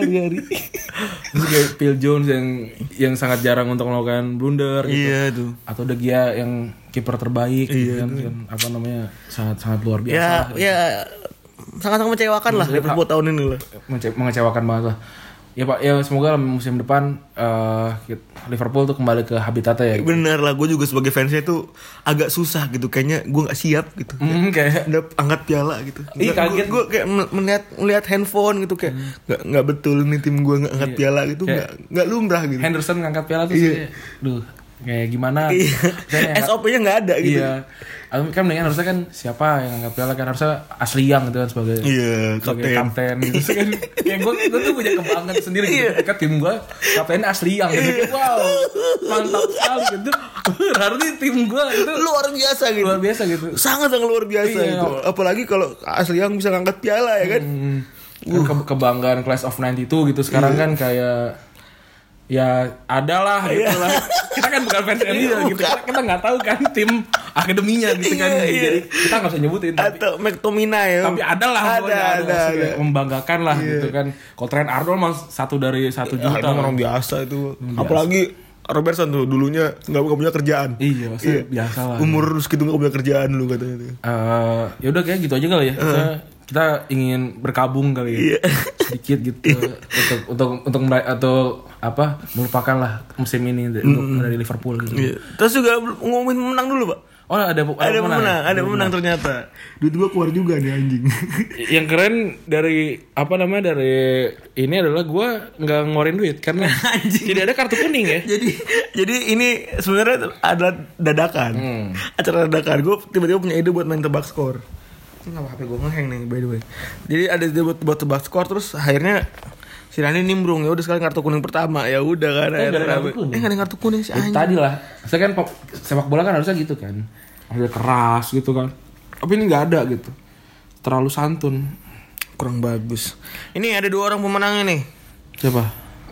Terus kayak Phil Jones yang sangat jarang untuk melakukan blunder gitu. Iya tuh. Atau De Gea yang kiper terbaik gitu kan, apa namanya? Sangat luar biasa. Ya sangat mengecewakan lah Liverpool tahun ini lah. Mengecewakan banget lah. Ya Pak, ya semoga musim depan Liverpool tuh kembali ke habitatnya ya. Gitu. Bener lah, gue juga sebagai fansnya tuh agak susah gitu. Kayaknya gue nggak siap gitu. Kayak udah angkat piala gitu. Iya kaget. Gue kayak melihat handphone gitu kayak nggak betul nih tim gue nggak angkat piala gitu, nggak lumrah gitu. Henderson ngangkat piala tuh kayak gimana? SOP-nya nggak ada gitu. Iya. Kan mendingan harusnya kan siapa yang angkat piala kan harusnya Ashleyang gitu kan sebagai kapten gitu kan. Ya gue tuh punya kebanggaan sendiri gitu. Ketika tim gue kaptennya Ashleyang gitu. Wow, mantap sekali gitu. Berarti tim gue itu luar biasa gitu. Sangat luar biasa gitu. Apalagi kalau Ashleyang bisa ngangkat piala ya kan. Kebanggaan Class of 92 gitu. Sekarang kan kayak ya adalah gitu lah. Kita kan bukan fans MU gitu. Kita nggak tahu kan tim akademinya gitu kan. Jadi kita nggak usah nyebutin. Atau McTominay ya. Tapi ada. Membanggakan lah gitu kan. Kalau Trent Arnold mah 1 dari 1 juta. Itu orang biasa itu. Apalagi Robertson tuh dulunya nggak punya kerjaan. Iya, biasa lah. Umur segitu nggak punya kerjaan dulu katanya. Ya udah kayak gitu aja kali ya. Kita ingin berkabung kali ya. Sedikit gitu untuk atau apa melupakan lah musim ini dari Liverpool gitu. Terus juga ngomongin menang dulu Pak. Oh ada pemenang ternyata. Duit gua keluar juga nih anjing. Yang keren dari apa namanya dari ini adalah gua nggak ngeluarin duit karena tidak ada kartu kuning ya. Jadi ini sebenarnya ada dadakan. Acara dadakan. Gua tiba-tiba punya ide buat main tebak skor. Ini kenapa HP gue ngehang nih by the way. Jadi ada buat tebak skor terus akhirnya si Rani nimbrung ya udah sekali kartu kuning pertama ya udah kan. Ada kartu kuning sih anjing. Tadi lah. Saya kan sepak bola kan harusnya gitu kan. Harusnya keras gitu kan. Tapi ini nggak ada gitu. Terlalu santun. Kurang bagus. Ini ada 2 orang pemenangnya nih. Siapa?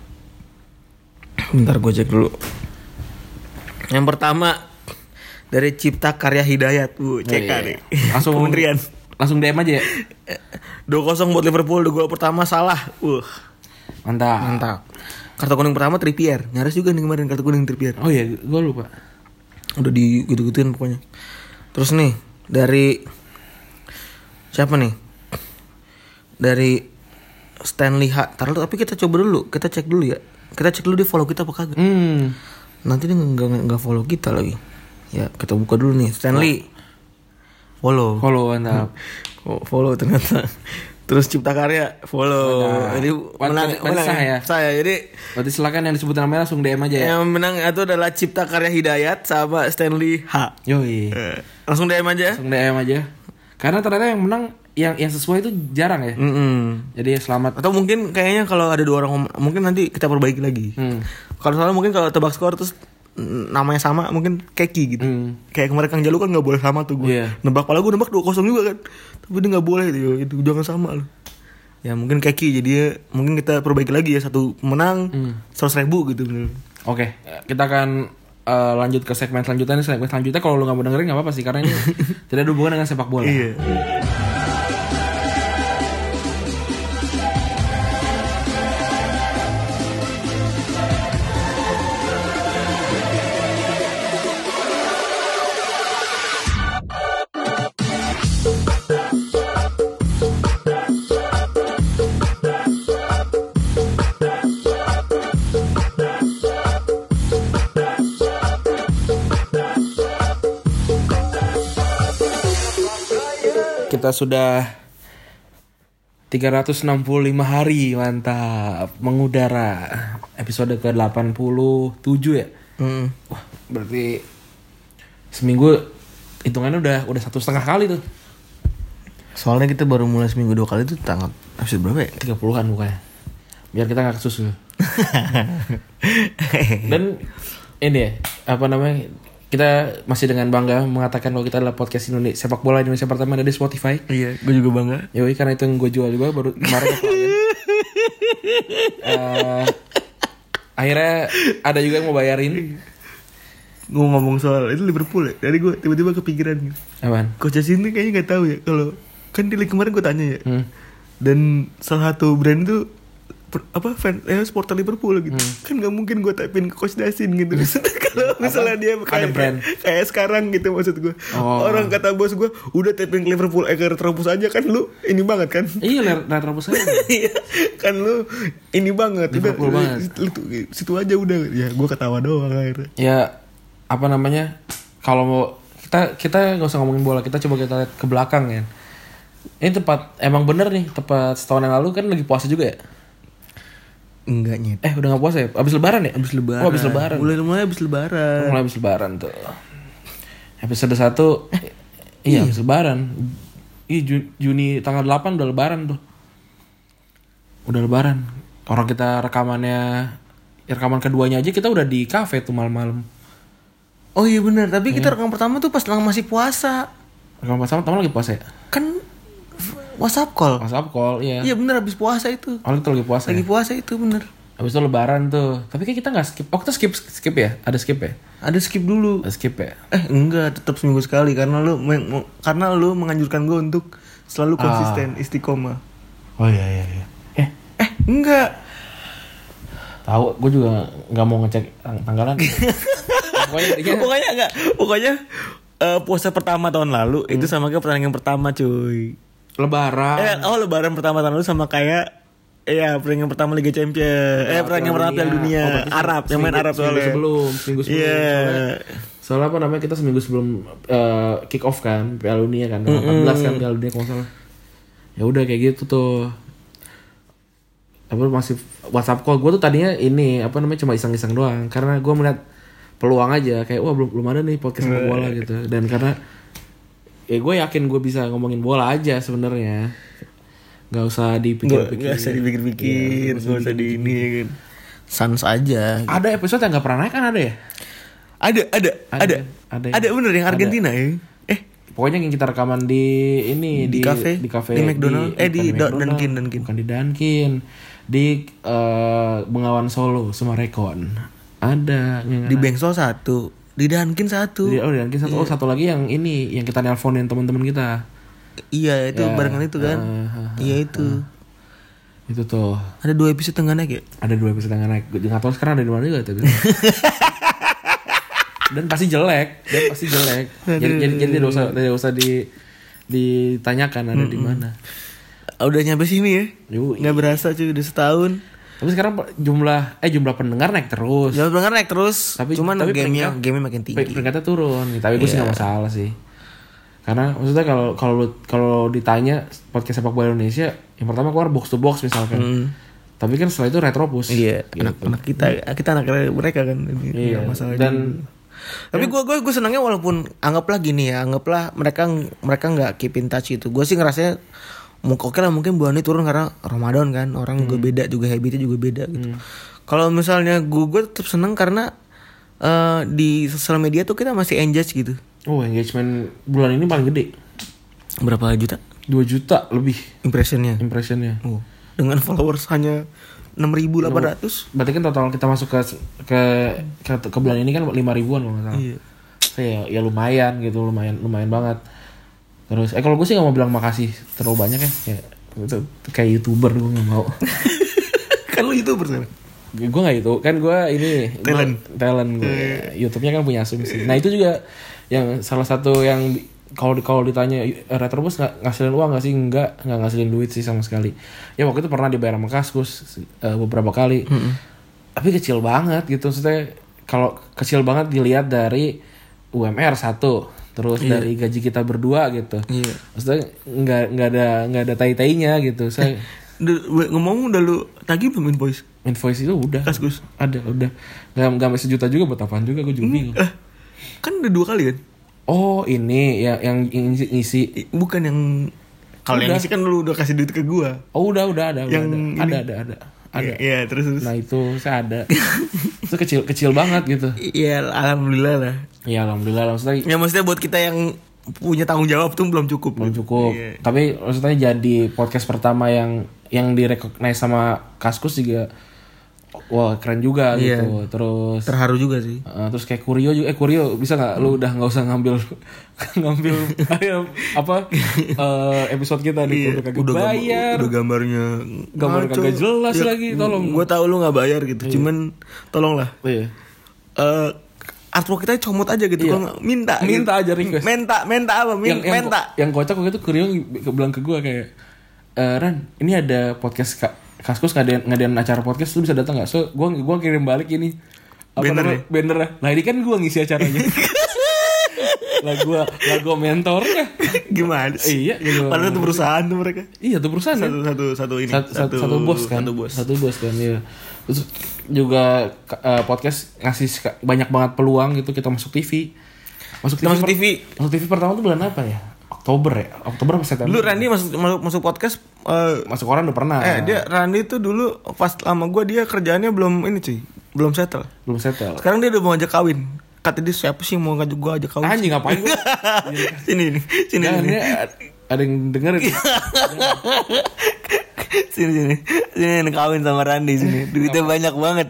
Bentar gue cek dulu. Yang pertama dari Cipta Karya Hidayat. Cek nih. Langsung kementerian. Langsung DM aja ya. 2-0 buat Liverpool. Gol pertama salah. Mantap. Kartu kuning pertama Trippier. Nyaris juga nih kemarin kartu kuning Trippier. Oh iya, gue lupa. Udah digitu-gituin pokoknya. Terus nih dari siapa nih? Dari Stanley H. Taruh tapi kita coba dulu. Kita cek dulu ya. Kita cek dulu dia follow kita apa kagak. Nanti dia nggak follow kita lagi. Ya kita buka dulu nih Stanley. Follow mantap. Follow ternyata. Terus Cipta Karya follow. Jadi menang ya. Saya. Jadi berarti silakan yang disebut namanya langsung DM aja ya. Yang menang itu adalah Cipta Karya Hidayat sama Stanley H. Yoi. Langsung DM aja. Karena ternyata yang menang yang sesuai itu jarang ya. Jadi selamat. Atau mungkin kayaknya kalau ada 2 orang mungkin nanti kita perbaiki lagi. Kalau soalnya mungkin kalau tebak skor terus namanya sama mungkin keki gitu. Kayak kemarin Kang Jalu kan nggak boleh sama tuh gue. Nebak pala gue nebak 2-0 juga kan. Tapi dia nggak boleh itu jangan sama loh. Ya mungkin keki jadi mungkin kita perbaiki lagi ya 1 menang 100.000 gitu bener. Oke, kita akan lanjut ke segmen selanjutnya. Segmen selanjutnya kalau lu nggak mau dengerin nggak apa-apa sih karena ini tidak ada hubungan dengan sepak bola. Iya. kita sudah 365 hari mantap mengudara. Episode ke-87 ya. Wah, berarti seminggu hitungannya udah 1,5 kali tuh. Soalnya kita baru mulai seminggu 2 kali tuh tanggal episode berapa ya? 30-an bukannya. Biar kita gak kesusu. Dan ini ya, apa namanya, kita masih dengan bangga mengatakan bahwa kita adalah podcast Indonesia, sepak bola Indonesia pertama ada di Spotify. Iya, gue juga bangga. Yoi, karena itu yang gue jual juga baru kemarin. Akhirnya ada juga yang mau bayarin. Gue ngomong soal itu Liverpool ya, dari gue tiba-tiba kepikiran gitu. Apaan? Coach Justin kayaknya gak tahu ya, kalau kan di league kemarin gue tanya ya. Dan salah satu brand tuh supporter Liverpool gitu. Kan gak mungkin gue typein ke Coach Justin gitu. Kalau misalnya dia kayak sekarang gitu maksud gue. Orang kata bos gue, udah typein ke Liverpool ke Retropus aja, kan lu ini banget kan. Iya, Retropus aja. Iya, kan lu ini banget. Liverpool udah, banget. Situ aja udah. Ya gue ketawa doang akhirnya. Ya apa namanya, kalau mau kita nggak usah ngomongin bola, kita coba kita lihat ke belakang ya. Ini emang bener nih, tepat setahun yang lalu kan lagi puasa juga ya. Enggak nyet. Udah gak puasa ya? Abis lebaran ya? Abis lebaran. Oh, abis lebaran. Mulai abis lebaran. Mulai abis lebaran tuh. Episode 1 iya abis lebaran. Juni tanggal 8 udah lebaran tuh. Udah lebaran. Orang kita rekaman keduanya aja kita udah di kafe tuh malam-malam. Oh iya benar, tapi kita rekaman pertama tuh pas masih puasa. Rekaman pertama lagi puasa ya? Kan WhatsApp call, iya. Iya bener, habis puasa itu. Oh itu lagi puasa. Lagi puasa itu bener. Habis itu lebaran tuh. Tapi kayak kita nggak skip. Oh kita skip ya? Ada skip ya? Ada skip dulu. Ada skip ya? Enggak, tetap seminggu sekali karena lu menganjurkan gue untuk selalu konsisten, istiqomah. Oh iya. Enggak. Tahu, gue juga nggak mau ngecek tanggalan. Pokoknya puasa pertama tahun lalu itu sama kayak pertandingan pertama cuy. Lebaran. Lebaran pertama tahun lalu sama kayak pertandingan pertama Liga Champions. Pertandingan pertama Piala Dunia. Arab, yang main Arab soalnya. Seminggu sebelum. Yeah. Soalnya apa namanya, kita seminggu sebelum kick off kan Piala Dunia kan. 14 kan Piala Dunia kalau salah. Ya udah kayak gitu tuh. Tapi masih WhatsApp call gue tuh tadinya ini cuma iseng-iseng doang, karena gue melihat peluang aja kayak wah belum ada nih podcast bola gitu. Dan karena gue yakin gue bisa ngomongin bola aja sebenarnya, nggak usah dipikir-pikir, nggak usah dipikir-pikir, nggak usah di ini kan, sans aja. Ada episode yang nggak pernah naik kan, ada ya? Ada bener yang Argentina ya. Pokoknya yang kita rekaman di kafe di McDonald, di Dunkin. Bukan di Dunkin, di Bengawan Solo Sumarekon ada di Bengsol 1, di Dunkin 1. Di Dunkin 1. Oh, satu lagi yang ini yang kita nelponin teman-teman kita. Iya, itu barengan itu kan. Iya itu. Itu tuh. Ada 2 episode yang naik ya? Ada 2 episode yang naik. Gue enggak tahu sekarang ada di mana juga tuh. Dan pasti jelek. Jadi tidak usah ditanyakan ada di mana. Udah nyampe sini ya? Nggak berasa cuy, udah setahun. Tapi sekarang jumlah pendengar naik terus. Tapi game-nya makin tinggi. Peringkatnya turun. Tapi gue sih nggak masalah sih. Karena maksudnya kalau ditanya podcast sepak bola Indonesia, yang pertama keluar box to box misalkan. Tapi kan setelah itu Retropus. Iya. Gitu. Anak kita anak mereka kan. Iya. Masalah. Dan tapi gue senangnya walaupun anggaplah mereka nggak keep in touch gitu. Gue sih ngerasanya oke lah, mungkin bulan ini turun karena Ramadan kan, orang juga beda, juga habitnya juga beda gitu. Kalau misalnya gue tetap seneng karena di sosial media tuh kita masih engage gitu. Oh, engagement bulan ini paling gede. Berapa juta? 2 juta lebih impressionnya. Dengan followers hanya 6.800. Berarti kan total kita masuk ke bulan ini kan 5.000-an kalau nggak salah. Iya. Ya lumayan gitu, lumayan banget. Terus kalau gue sih nggak mau bilang makasih terlalu banyak ya. Kayak YouTuber gue nggak mau. Kan lu YouTuber kan? Gue nggak itu, kan gue ini talent gue. YouTube-nya kan punya asumsi. Nah itu juga yang salah satu yang kalau ditanya Retropus nggak ngasilin uang nggak sih? Nggak ngasilin duit sih sama sekali. Ya waktu itu pernah dibayar sama Kaskus beberapa kali. Tapi kecil banget gitu. Maksudnya kalau kecil banget dilihat dari UMR 1, terus dari gaji kita berdua gitu. Maksudnya nggak ada tai-tainya gitu. Saya ngomong udah lu tagih belum invoice? Invoice itu udah. Kaskus. Ada, udah. Nggak sampai sejuta juga, buat apaan juga gue juga bingung. Kan udah 2 kali kan? Oh ini yang ngisi. Bukan yang kalau yang ngisi kan lu udah kasih duit ke gua. Oh udah ada. Ada. Iya, terus. Nah itu saya ada. Itu kecil banget gitu. Iya, alhamdulillah lah. Iya alhamdulillah, maksudnya. Ya maksudnya buat kita yang punya tanggung jawab tuh belum cukup. Iya. Tapi maksudnya jadi podcast pertama yang direcognize sama Kaskus juga, wah keren juga gitu. Terus terharu juga sih. Terus kayak Kurio juga. Kurio bisa nggak? Lu udah nggak usah ngambil episode kita nih. Udah bayar. Udah gambar kagak jelas lagi. Tolong. Gue tahu lu nggak bayar gitu. Cuman tolonglah. Iya. Artwork kita comot aja gitu. Kalau minta gitu. Aja request. Minta apa? Minta. Yang kocak waktu itu Kurio bilang ke gue kayak, Ran, ini ada podcast Kaskus ngadain acara podcast, lu bisa datang nggak? So gue kirim balik ini banner. Nah ini kan gue ngisi acaranya. lah gue mentornya. Gimana sih? Iya. Padahal itu perusahaan tuh mereka. Iya tuh perusahaan. Satu bos kan. Satu bos kan. Iya. Terus juga podcast ngasih banyak banget peluang gitu, kita masuk TV. Masuk TV pertama tuh bulan apa ya? Oktober apa September? Lu Randy masuk podcast masuk koran udah pernah. Dia Randy tuh dulu pas lama gue dia kerjaannya belum ini cuy, belum settle. Sekarang dia udah mau ngajak kawin. Kata dia siapa sih mau ngajak gue ajak kawin? Anjing ngapain gue? sini. Ada yang dengerin. sini kawin sama Randy sini. Duitnya banyak banget.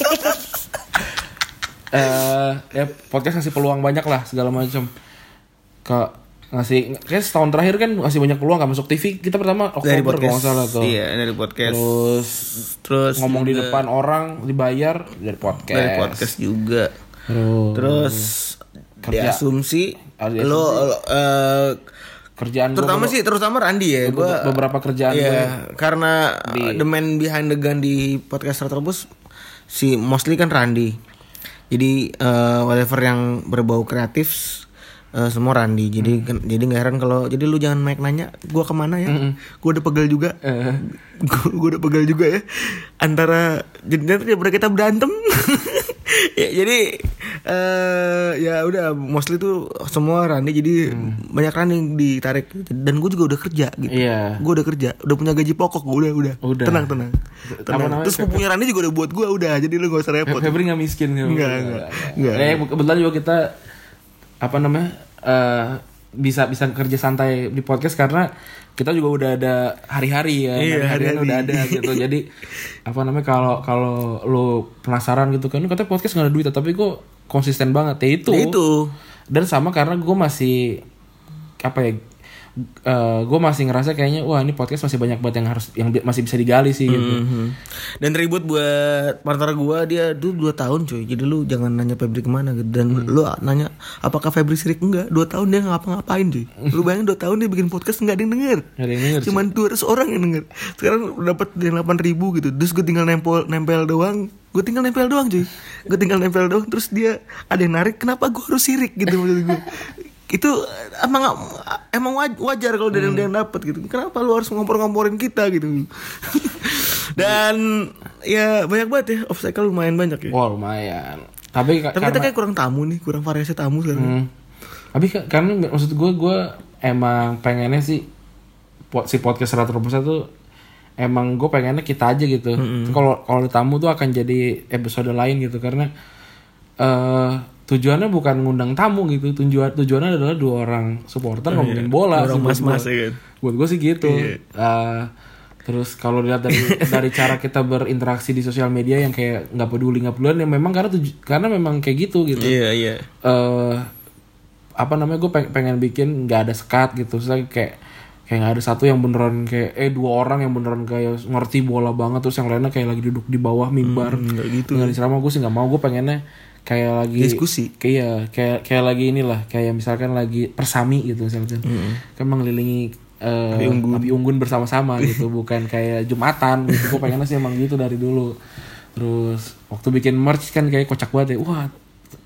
Ya podcast ngasih peluang banyak lah segala macam. Ngasih kayak setahun terakhir kan ngasih banyak peluang gak masuk TV. Kita pertama Oktober kalau nggak salah tuh. Iya, dari podcast. Terus ngomong di depan orang dibayar dari podcast. Dari podcast juga. Terus diasumsi lo kerjaan terutama Randy ya. Gua beberapa kerjaan gue. Karena the man behind the gun di podcast Retropus si mostly kan Randy. Jadi whatever yang berbau kreatif semua Randy. Jadi nggak heran kalau jadi lu jangan banyak nanya gue kemana ya. Gue udah pegel juga. Gue udah pegel juga ya. Antara jadi daripada kita berantem. Ya, jadi ya udah mostly tuh semua Randy. Jadi banyak Randy ditarik. Dan gue juga udah kerja gitu. Gue udah kerja, udah punya gaji pokok. Gue udah. Tenang. Terus punya Randy juga udah buat gue udah. Jadi lu gak usah repot. Febri nggak miskin. Enggak. Kebetulan juga kita bisa kerja santai di podcast karena kita juga udah ada hari-hari ya. Hari-hari udah ada gitu. Jadi kalau lo penasaran gitu kan, katanya podcast nggak ada duit, tapi gue konsisten banget ya itu. Dan sama karena gue masih gue masih ngerasa kayaknya wah ini podcast masih banyak banget yang masih bisa digali sih gitu. Dan ribut buat partner gue, dia dulu 2 tahun cuy. Jadi lu jangan nanya Febri kemana gitu. Dan lu nanya apakah Febri sirik, enggak. 2 tahun dia ngapa-ngapain cuy. Lu bayangin 2 tahun dia bikin podcast nggak ada yang denger. Cuman 200 orang yang denger. Sekarang dapat 8.000 gitu. Terus gue tinggal nempel doang. Cuy. Gue tinggal nempel doang. Terus dia ada yang narik, kenapa gue harus sirik gitu maksud gue. Itu emang wajar kalau dari yang dapat gitu. Kenapa lu harus ngompor-ngomporin kita gitu. Dan ya banyak banget ya, obstacle lumayan banyak ya. Wah lumayan. Tapi kita kayak kurang tamu nih, kurang variasi tamu sekarang. Tapi karena maksud gue emang pengennya sih si podcast Retropus tuh emang gue pengennya kita aja gitu. Kalau tamu tuh akan jadi episode lain gitu karena tujuannya bukan ngundang tamu gitu. Tujuannya adalah 2 orang supporter ngomongin bola. Mas-mas ya kan. Buat gue sih gitu. Terus kalau dilihat dari cara kita berinteraksi di sosial media yang kayak nggak pedulian ya memang karena memang kayak gitu. Iya. Gue pengen bikin nggak ada sekat gitu. Saya kayak nggak ada satu yang beneran kayak 2 orang yang beneran kayak ngerti bola banget, terus yang lainnya kayak lagi duduk di bawah mimbar gitu. Nggak diceramah. Gue sih nggak mau. Gue pengennya kayak lagi diskusi, kayak lagi inilah, kayak misalkan lagi persami gitu misalkan. Kan mengelilingi api unggun bersama-sama gitu, bukan kayak Jumatan gitu. Gue pengennya sih emang gitu dari dulu. Terus waktu bikin merch kan kayak kocak banget ya. Wah,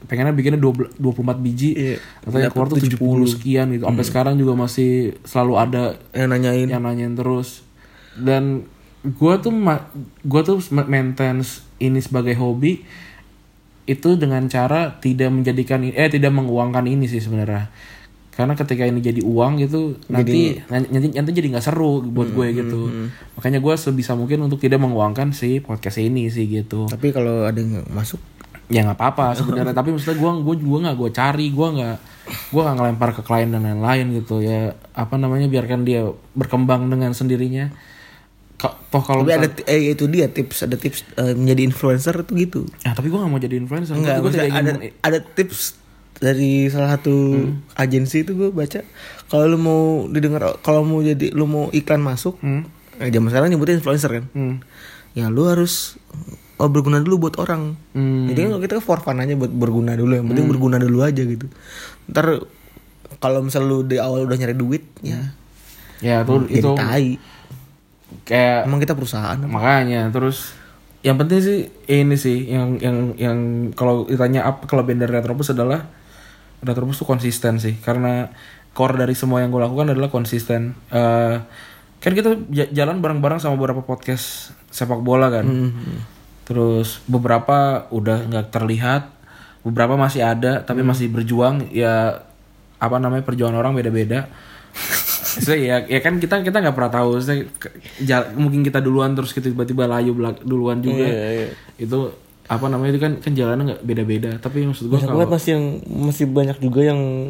pengennya bikinnya 24 biji atau yang keluar tuh 70 sekian gitu. Sampai sekarang juga masih selalu ada yang nanyain terus. Dan gue tuh maintenance ini sebagai hobi itu dengan cara tidak menguangkan ini sih sebenarnya. Karena ketika ini jadi uang gitu nanti jadi nggak seru buat gue gitu. Makanya gue sebisa mungkin untuk tidak menguangkan si podcast ini sih gitu. Tapi kalau ada yang masuk ya nggak apa-apa sebenarnya. Tapi maksudnya gue nggak cari, gue nggak ngelempar ke klien dan lain-lain gitu ya. Apa namanya, biarkan dia berkembang dengan sendirinya. Toh kalau ada itu dia ada tips menjadi influencer itu gitu. Tapi gue nggak mau jadi influencer. Enggak, ada tips dari salah satu agensi itu gue baca, kalau lu mau didengar, kalau mau jadi lu mau iklan masuk, zaman sekarang nyebutin influencer kan, ya lu harus berguna dulu buat orang. Jadi kan kita for fun aja, buat berguna dulu, yang penting berguna dulu aja gitu. Ntar kalau misal lu di awal udah nyari duit ya itu tai. Kayak emang kita perusahaan makanya. Terus yang penting sih ini sih yang kalau ditanya apa kelebihan dari Retropus adalah Retropus tuh konsisten sih, karena core dari semua yang gue lakukan adalah konsisten. Kan kita jalan bareng-bareng sama beberapa podcast sepak bola kan. Terus beberapa udah nggak terlihat, beberapa masih ada tapi masih berjuang. Ya apa namanya, perjuangan orang beda-beda. So, ya kan kita nggak pernah tahu. Mungkin kita duluan terus kita tiba-tiba layu duluan juga. Itu apa namanya, itu kan jalannya nggak beda-beda. Tapi maksud gue kalau masih banyak juga yang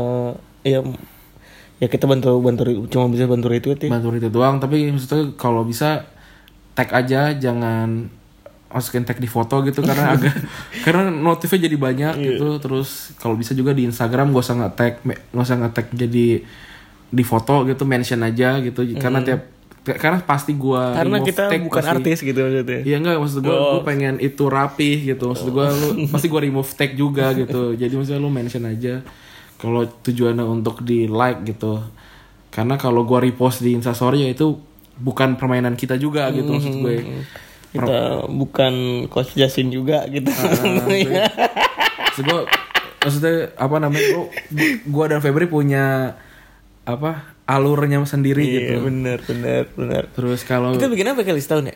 ya kita bantu cuma bisa bantu itu doang. Tapi maksudnya kalau bisa tag aja, jangan masukin tag di foto gitu karena karena notifnya jadi banyak gitu. Terus kalau bisa juga di Instagram gak usah nge-tag jadi di foto gitu, mention aja gitu. Karena pasti karena kita bukan artis gitu maksudnya. Iya enggak, maksud gue pengen itu rapih gitu. Maksud gue lu pasti gue remove tag juga gitu. Jadi maksudnya lu mention aja kalau tujuannya untuk di like gitu. Karena kalau gue repost di Instastory ya itu bukan permainan kita juga gitu. Maksud gue kita bukan Coach Justin juga gitu. Maksud gue, maksudnya apa namanya, gue dan Febri punya apa alurnya sendiri gitu. Bener. Terus kalau kita bikin apa kali setahun ya?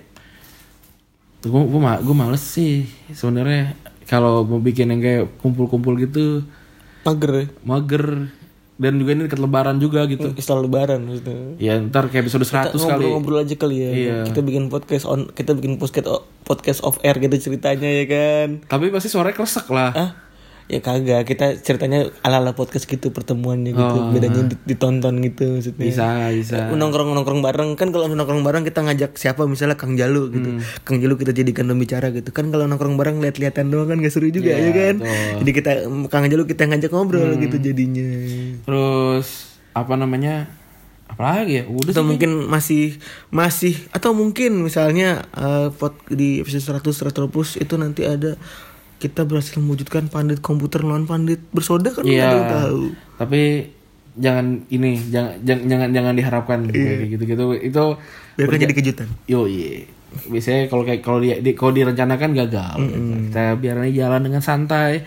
Gue males sih sebenarnya kalau mau bikin yang kayak kumpul-kumpul gitu. Mager. Dan juga ini dekat lebaran juga gitu. Setelah lebaran maksudnya. Ya ntar kayak episode 100 kali. Ngobrol aja kali ya. Iya. Kita bikin podcast off air gitu ceritanya ya kan. Tapi pasti suaranya kresek lah. Ya kagak, kita ceritanya ala-ala podcast gitu, pertemuannya gitu. Bedanya ditonton gitu maksudnya. Bisa. Nongkrong bareng kan, kalau nongkrong bareng kita ngajak siapa, misalnya Kang Jalu gitu. Kang Jalu kita jadikan pembicara gitu. Kan kalau nongkrong bareng lihat-lihatan doang kan gak seru juga ya kan. Jadi Kang Jalu kita ngajak ngobrol gitu jadinya. Terus apa namanya? Apalagi ya? Udah atau mungkin masih atau mungkin misalnya di episode 100 Retropus itu nanti ada kita berhasil mewujudkan pandit komputer lawan pandit bersoda kan, nggak tahu. Tapi jangan jangan diharapkan kayak gitu itu biarkan jadi kejutan. Biasanya kalau direncanakan gagal. Kita biarkan jalan dengan santai.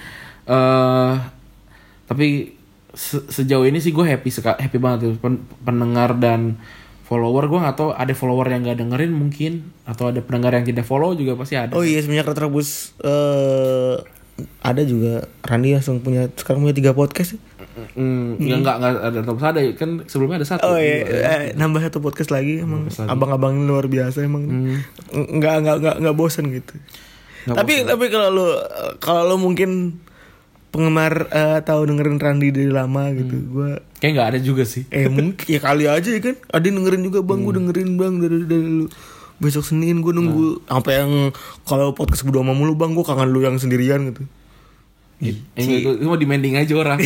Tapi sejauh ini sih gue happy banget tuh, pendengar dan follower. Gue nggak tahu ada follower yang nggak dengerin mungkin, atau ada pendengar yang tidak follow juga pasti ada. Semenjak Retropus ada juga Randi langsung sekarang punya 3 podcast. Nggak ada Retropus, ada kan sebelumnya ada 1. Nambah 1 podcast lagi emang. Abang-abang luar biasa emang. Nggak bosan gitu. Tapi kalau lo mungkin penggemar atau dengerin Randi dari lama gitu, gue kayak nggak ada juga sih. Mungkin ya kali aja ya kan, ada yang dengerin juga bang. Gue dengerin bang dari lu. Besok Senin gue nunggu sampai yang kalau podcast berdua sama lu bang, gue kangen lu yang sendirian gitu. Itu mau demanding aja orang.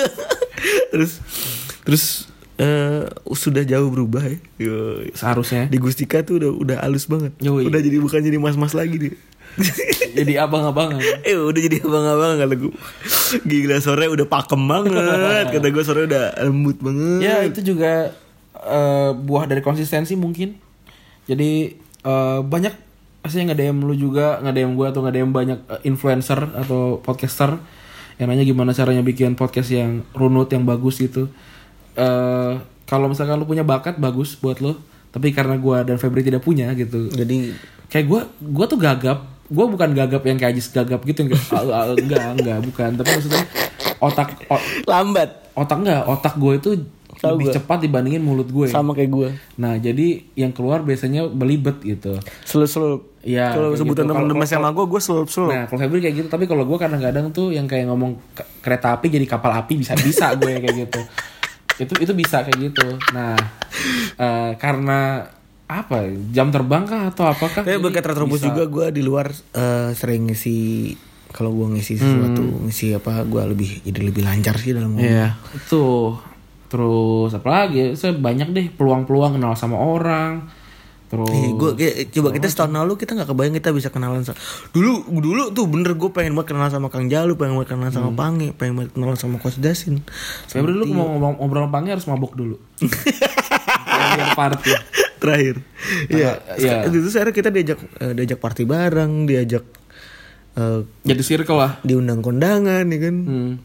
terus sudah jauh berubah ya. Seharusnya di Gustika tuh udah halus banget. Udah jadi bukan jadi mas-mas lagi deh. Jadi abang-abangan. Udah jadi abang-abangan kata gue. Gila, sore udah pakem banget. Kata gue sore udah lembut banget. Ya itu juga buah dari konsistensi mungkin. Jadi banyak aslinya nge-DM lu juga, nge-DM gue atau nge-DM banyak influencer atau podcaster yang nanya gimana caranya bikin podcast yang runut, yang bagus gitu. Kalau misalkan lu punya bakat bagus buat lo, tapi karena gue dan Febri tidak punya gitu. Jadi kayak gue tuh gagap. Gue bukan gagap yang kayak Ajis gagap gitu, enggak, bukan. Tapi maksudnya lambat. Otak gue itu lebih cepat dibandingin mulut gue. Sama kayak gue. Nah, jadi yang keluar biasanya belibet gitu. Selup-selup. Ya, kalau sebutan gitu. teman-teman sama gue selup-selup. Nah, kalau Febri kayak gitu, tapi kalau gue kadang-kadang tuh yang kayak ngomong kereta api jadi kapal api bisa gue kayak gitu. Itu bisa kayak gitu. Nah, karena apa? Jam terbang kah atau apakah? Kayak berkat Retropus juga gue di luar sering ngisi. Kalau gue ngisi sesuatu, ngisi apa, gue jadi lebih lancar sih dalam ngomong. Iya, itu. Terus apa lagi? Saya banyak deh peluang-peluang kenal sama orang. Terus coba kita setahun lalu kita nggak kebayang kita bisa kenalan sama dulu tuh bener gue pengen banget kenalan sama Kang Jalu, pengen banget kenalan sama Pange, pengen banget kenalan sama Coach Dasin. Febri dulu mau ngobrol sama Pange harus mabok dulu. Yang party terakhir. Iya. Itu sekarang kita diajak party bareng, diajak jadi circle lah, diundang kondangan ya kan.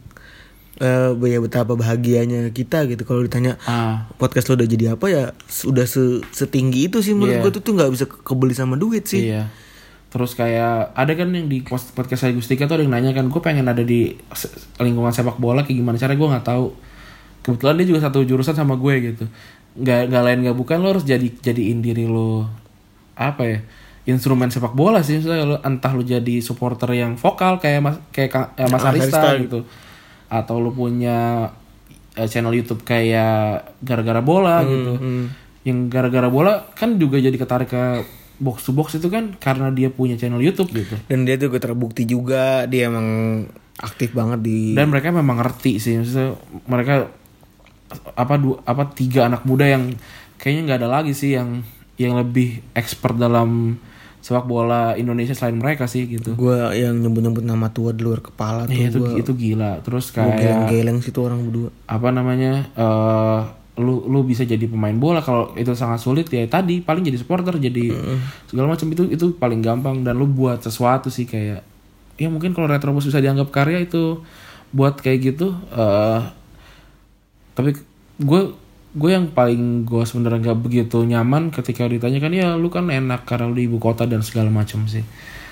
Ya betapa bahagianya kita gitu kalau ditanya podcast lo udah jadi apa ya, sudah setinggi itu sih menurut gue tuh nggak bisa kebeli sama duit sih. Iya. Terus kayak ada kan yang di podcast saya Gustika tuh ada yang nanya kan, gue pengen ada di lingkungan sepak bola kayak gimana caranya, gue nggak tahu. Kebetulan dia juga satu jurusan sama gue gitu. Nggak lain nggak bukan, lo harus jadiin diri lo apa ya, instrumen sepak bola sih. Misalnya lo entah lo jadi supporter yang vokal kayak Mas Arista gitu, atau lu punya channel YouTube kayak gara-gara bola gitu. Yang gara-gara bola kan juga jadi ketarik ke box to box itu kan karena dia punya channel YouTube gitu. Dan dia juga terbukti juga dia emang aktif banget dan mereka memang ngerti sih. Maksudnya mereka tiga anak muda yang kayaknya nggak ada lagi sih yang lebih expert dalam sepak bola Indonesia selain mereka sih gitu. Gue yang nyebut nama tua di luar kepala tuh. Itu gila. Terus kayak geleng sih tuh orang berdua. Apa namanya? Lu bisa jadi pemain bola, kalau itu sangat sulit ya tadi paling jadi supporter, jadi segala macam, itu paling gampang. Dan lu buat sesuatu sih kayak ya mungkin kalau Retropus bisa dianggap karya itu buat kayak gitu. Tapi gue yang paling gue sebenarnya nggak begitu nyaman ketika ditanyakan, ya lu kan enak karena lu di ibu kota dan segala macam sih.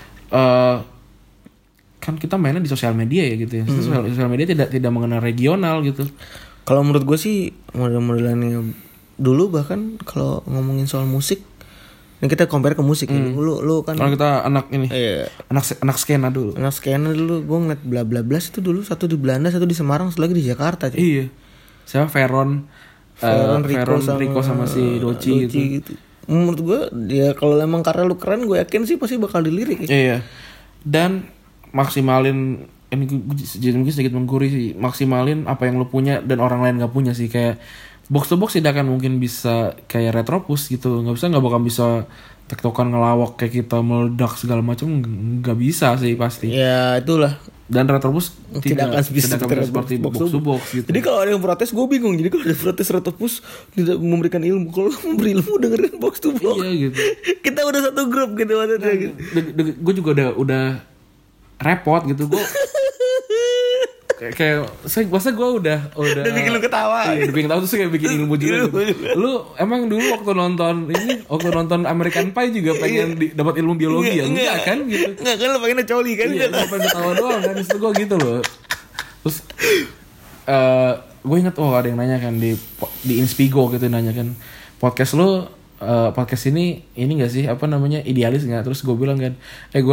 Kan kita mainnya di sosial media ya gitu ya. Sosial media tidak mengenal regional gitu. Kalau menurut gue sih model-modelannya dulu, bahkan kalau ngomongin soal musik, ini kita compare ke musik ya. Lu kan kalau kita anak ini. Anak skena dulu. Anak skena dulu, gue ngeliat bla bla bla itu dulu, satu di Belanda, satu di Semarang, satu lagi di Jakarta. Iya. Siapa Veron Rico sama si Doci gitu. Menurut gue dia kalau emang karya lu keren, gue yakin sih pasti bakal dilirik. Iya. Dan maksimalin, ini jadi mungkin sedikit menggurui sih, maksimalin apa yang lu punya dan orang lain nggak punya sih. Kayak box to box tidak akan mungkin bisa kayak Retropus gitu, nggak bakal bisa tektokan ngelawak kayak kita meledak segala macam, nggak bisa sih pasti. Ya itulah. Dan Retropus tidak akan bisa seperti box to box gitu. Jadi kalau ada yang protes, gue bingung. Jadi kalau ada protes Retropus tidak memberikan ilmu, kalau memberi ilmu dengerin box to box. Iya gitu. Kita udah satu grup gitu maksudnya. Gitu. Gue juga udah repot gitu. Gue kayak masa gue udah bikin lu ketawa. Iya, udah bikin ketawa terus kayak bikin ilmu juga gitu. Lu emang dulu waktu nonton American Pie juga pengen dapat ilmu biologi enggak kan gitu. Enggak kan, lu pengennya coli kan. Iya, gue pengen ketawa doang kan. Terus gue gitu loh. Terus gue inget ada yang nanya kan di Inspigo gitu, nanya kan, podcast lu podcast ini gak sih apa namanya, idealis gak? Terus gue bilang kan,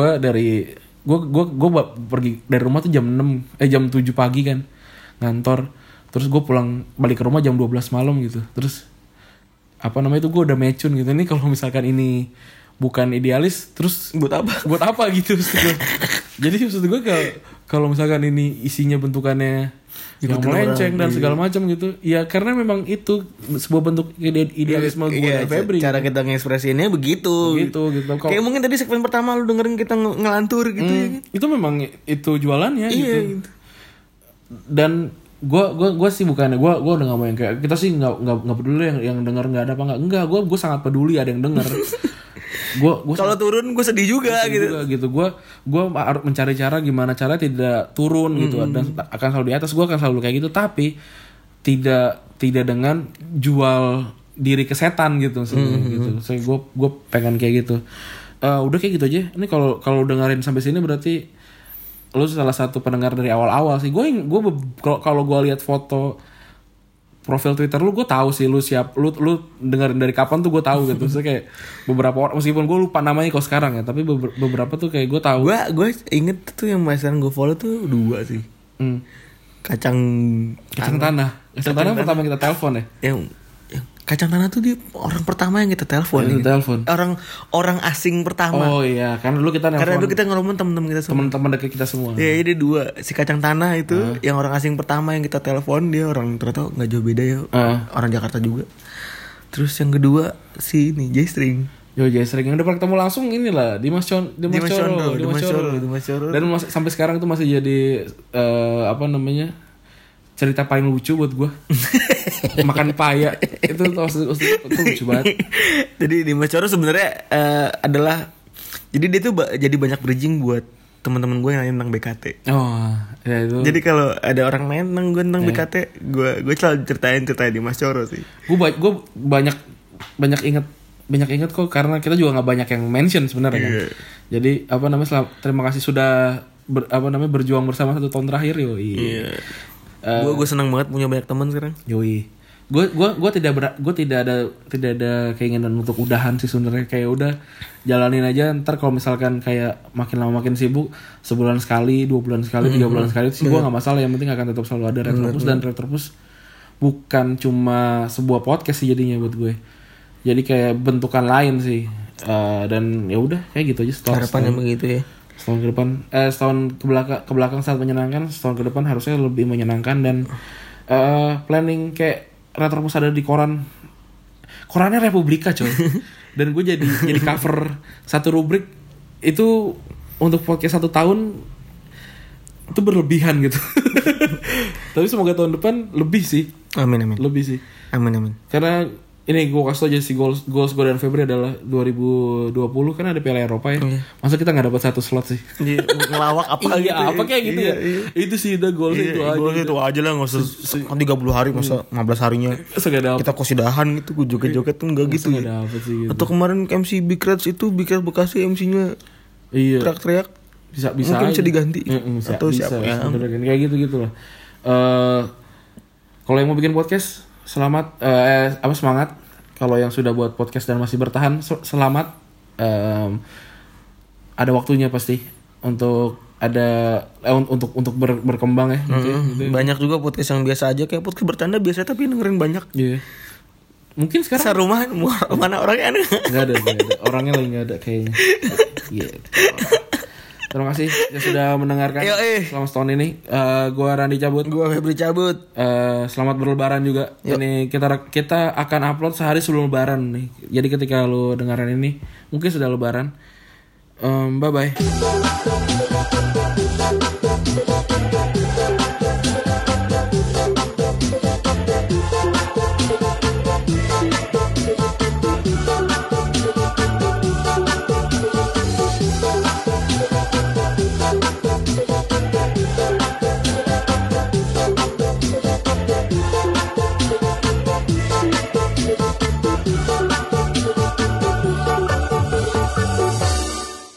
gue pergi dari rumah tuh jam 7 pagi kan ngantor, terus gue balik ke rumah jam 12 malam gitu. Terus apa namanya itu, gue udah mecun gitu, ini kalau misalkan ini bukan idealis terus buat apa gitu. Jadi maksud gue kalau misalkan ini isinya bentukannya yang melenceng dan segala macam gitu, ya karena memang itu sebuah bentuk idealisme gue dan Febri. Cara kita ngekspresiinnya begitu. Kayak mungkin tadi segmen pertama lu dengerin kita ngelantur gitu ya. Itu memang itu jualannya gitu. Gitu. Dan gue sih bukannya gue udah nggak mau yang kayak kita sih nggak peduli yang denger nggak ada apa nggak, gue sangat peduli ada yang denger. Gua kalau turun gue sedih juga gitu. Gua harus mencari cara gimana cara tidak turun gitu, dan akan selalu di atas. Gua akan selalu kayak gitu, tapi tidak dengan jual diri ke setan gitu gitu. So gue pengen kayak gitu. Udah kayak gitu aja. Ini kalau dengerin sampai sini berarti lu salah satu pendengar dari awal-awal sih. Gue kalau gue lihat foto profil Twitter lu, gue tahu sih lu dengerin dari kapan tuh gue tahu gitu. So kayak beberapa orang, meskipun gue lupa namanya kalau sekarang ya, tapi beberapa tuh kayak gue tahu. Gue inget tuh yang sekarang gue follow tuh 2 sih. Kacang tanah pertama kita telepon ya. Yang Kacang Tanah tuh dia orang pertama yang kita telepon. Orang asing pertama. Oh iya, karena dulu kita ngomong teman-teman kita semua. Teman-teman dekat kita semua. Iya, dia 2. Si Kacang Tanah itu yang orang asing pertama yang kita telepon, dia orang ternyata enggak jauh beda ya. Orang Jakarta juga. Terus yang kedua si ini J-String. J-String yang udah pernah ketemu langsung inilah di Mas Coro. Dan sampai sekarang tuh masih jadi cerita paling lucu buat gue. Makan paya itu lucu banget. Jadi Dimas Coro sebenarnya adalah, jadi dia tuh jadi banyak bridging buat teman-teman gue yang nanya tentang BKT. Oh, ya itu. Jadi kalau ada orang nanya tentang gue tentang BKT, gue selalu ceritain Dimas Coro sih. Gue banyak inget kok, karena kita juga nggak banyak yang mention sebenarnya kan. Jadi terima kasih sudah berjuang bersama 1 tahun terakhir yo. Gue senang banget punya banyak teman sekarang. Yoi. Gue tidak ada keinginan untuk udahan sih sebenarnya. Kayak udah jalanin aja. Ntar kalau misalkan kayak makin lama makin sibuk, sebulan sekali, 2 bulan sekali, 3 bulan sekali, itu sih gue nggak masalah. Yang penting akan tetap selalu ada Retropus. Dan Retropus bukan cuma sebuah podcast sih jadinya buat gue. Jadi kayak bentukan lain sih. Dan ya udah kayak gitu aja. Harapannya begitu ya. Setahun ke depan, setahun ke belakang sangat menyenangkan. Setahun ke depan harusnya lebih menyenangkan. Dan planning kayak Retropus ada di korannya Republika coy. Dan gue jadi cover satu rubrik itu untuk podcast 1 tahun itu berlebihan gitu. Tapi semoga tahun depan lebih sih. Amin. Lebih sih. Amin. Karena ini gue kasih aja sih goals gue dan Febri adalah 2020 kan ada Piala Eropa ya. Masa kita nggak dapat 1 slot sih? Ngelawak apa gitu? Apa kayak gitu ya? Itu sih udah goals itu aja. Goals itu aja lah, nggak usah 30 hari, masa 15 harinya. Kita kosidahan itu, gue joget-joget tuh nggak gitu ya. Gitu. Atau kemarin MC Big Reds itu Big Reds Bekasi MC-nya teriak-teriak. Bisa mungkin bisa diganti. Atau bisa, siapa ya? Kayak gitu lah. Kalau yang mau bikin podcast, selamat, semangat. Kalau yang sudah buat podcast dan masih bertahan, selamat. Ada waktunya pasti untuk untuk berkembang ya. Gitu. Banyak juga podcast yang biasa aja, kayak podcast bercanda biasa tapi dengerin banyak. Iya. Mungkin sekarang rumah mana orangnya ada? Nggak ada. Orangnya lagi nggak ada kayaknya. Iya. Terima kasih yang sudah mendengarkan selama setahun ini. Gua Randi cabut. Gua Febri cabut. Selamat berlebaran juga. Ini kita akan upload sehari sebelum lebaran nih. Jadi ketika lu dengaran ini mungkin sudah lebaran. Bye bye.